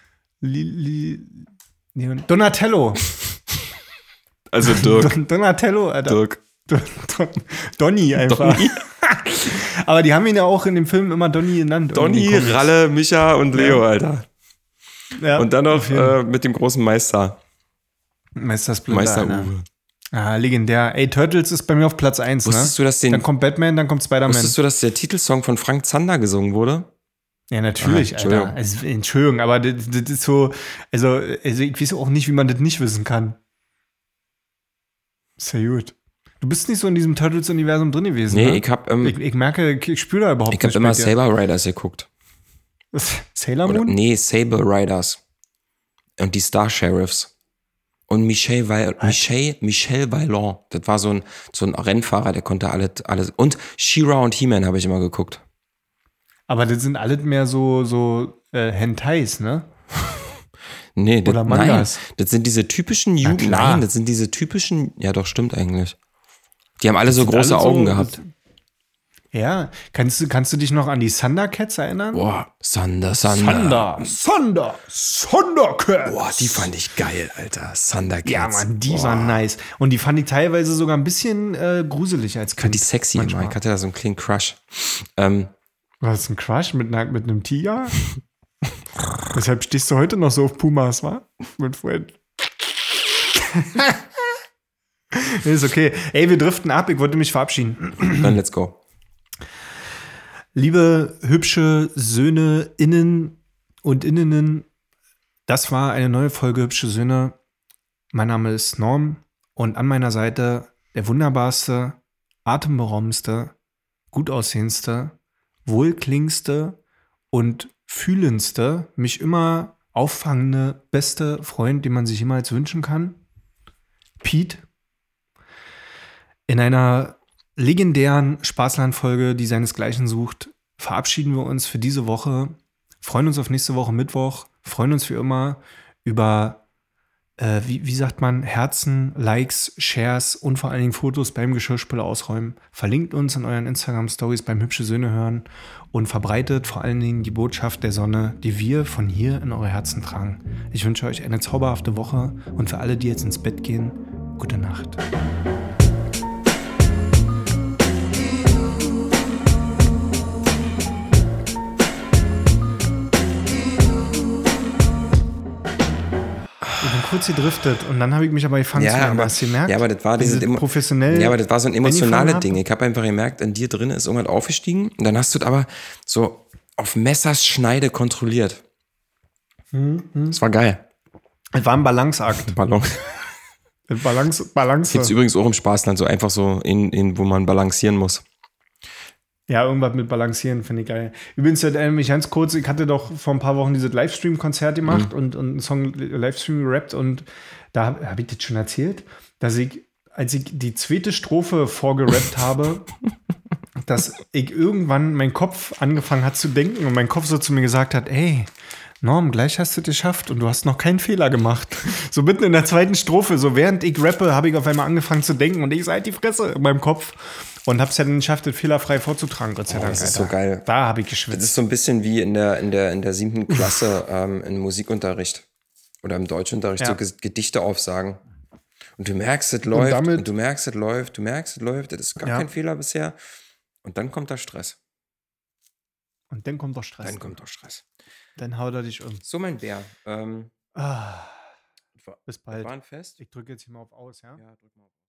S2: Donatello.
S1: Also Dirk.
S2: Donatello, Alter.
S1: Dirk.
S2: Donny einfach. Donny? Aber die haben ihn ja auch in dem Film immer Donny genannt.
S1: Donny, Ralle, Micha und Leo, Alter.
S2: Ja,
S1: und dann noch mit dem großen Meister.
S2: Meister Splinter.
S1: Meister Uwe.
S2: Ah, legendär. Ey, Turtles ist bei mir auf Platz 1,
S1: Wusstest du, dass
S2: dann kommt Batman, dann kommt Spider-Man.
S1: Wusstest du, dass der Titelsong von Frank Zander gesungen wurde?
S2: Ja, natürlich, Alter. Also, Entschuldigung, aber das ist so, also ich weiß auch nicht, wie man das nicht wissen kann. Ist ja gut. Du bist nicht so in diesem Turtles-Universum drin gewesen,
S1: nee,
S2: ne?
S1: ich
S2: merke, ich spüre da überhaupt
S1: nicht. Ich habe immer Saber Riders geguckt.
S2: Sailor Moon?
S1: Nee, Saber Riders. Und die Star Sheriffs. Und Michel Vaillant. Das war so ein Rennfahrer, der konnte alles. Und She-Ra und He-Man habe ich immer geguckt.
S2: Aber das sind alles mehr so Hentais, ne?
S1: Nee,
S2: Oder Mangas.
S1: Nein, das sind diese typischen
S2: klar.
S1: Nein, das sind diese typischen, ja doch, stimmt eigentlich. Die haben alle so
S2: Sind
S1: große
S2: alle so-
S1: Augen gehabt.
S2: Ja, kannst du dich noch an die Thundercats erinnern?
S1: Boah, Thunder.
S2: Thundercats.
S1: Boah, die fand ich geil, Alter. Thundercats.
S2: Ja, Mann, die waren nice. Und die fand ich teilweise sogar ein bisschen gruselig als Kind.
S1: Fand die sexy immer. Ich hatte da so einen kleinen Crush.
S2: Was, ein Crush mit einem Tiger? Deshalb stehst du heute noch so auf Pumas, wa? Mein Freund. Ist okay. Ey, wir driften ab. Ich wollte mich verabschieden.
S1: Dann let's go.
S2: Liebe hübsche Söhne, Innen und Innenen, das war eine neue Folge Hübsche Söhne. Mein Name ist Norm und an meiner Seite der wunderbarste, atemberaubendste, gut aussehendste, wohlklingendste und fühlendste, mich immer auffangende, beste Freund, den man sich jemals wünschen kann, Pete. In einer legendären Spaßland-Folge, die seinesgleichen sucht, verabschieden wir uns für diese Woche, freuen uns auf nächste Woche Mittwoch, freuen uns wie immer über, wie sagt man, Herzen, Likes, Shares und vor allen Dingen Fotos beim Geschirrspüler ausräumen. Verlinkt uns in euren Instagram-Stories beim Hübsche Söhne hören und verbreitet vor allen Dingen die Botschaft der Sonne, die wir von hier in eure Herzen tragen. Ich wünsche euch eine zauberhafte Woche und für alle, die jetzt ins Bett gehen, gute Nacht. Kurz gedriftet und dann habe ich mich aber gefangen zu werden. Hast du gemerkt?
S1: Ja, aber das war
S2: professionell.
S1: Ja, aber das war so ein emotionales Ding. Ich habe einfach gemerkt, in dir drin ist irgendwas aufgestiegen und dann hast du es aber so auf Messerschneide kontrolliert. Das war geil.
S2: Es war ein Balanceakt.
S1: Balance.
S2: Balance.
S1: Gibt es übrigens auch im Spaßland so einfach so, wo man balancieren muss.
S2: Ja, irgendwas mit Balancieren finde ich geil. Übrigens, mich ganz kurz, ich hatte doch vor ein paar Wochen dieses Livestream-Konzert gemacht und einen Song Livestream gerappt und da habe ich das schon erzählt, dass ich, als ich die zweite Strophe vorgerappt habe, dass ich irgendwann mein Kopf angefangen hat zu denken und mein Kopf so zu mir gesagt hat, ey, Norm, gleich hast du es geschafft und du hast noch keinen Fehler gemacht. So mitten in der zweiten Strophe, so während ich rappe, habe ich auf einmal angefangen zu denken und ich sah halt die Fresse in meinem Kopf. Und hab's ja dann geschafft, das fehlerfrei vorzutragen, Gott sei Dank.
S1: Das ist so geil.
S2: Da habe ich geschwitzt.
S1: Das ist so ein bisschen wie in der 7. Klasse im Musikunterricht oder im Deutschunterricht, so Gedichte aufsagen. Und du merkst, es läuft, und du merkst, es läuft, das ist gar kein Fehler bisher. Und dann kommt der Stress. Dann kommt der Stress. Dann haut er dich um. So, mein Bär. Bis bald. War ein Fest. Ich drücke jetzt hier mal auf Aus, ja? Ja, drück mal auf.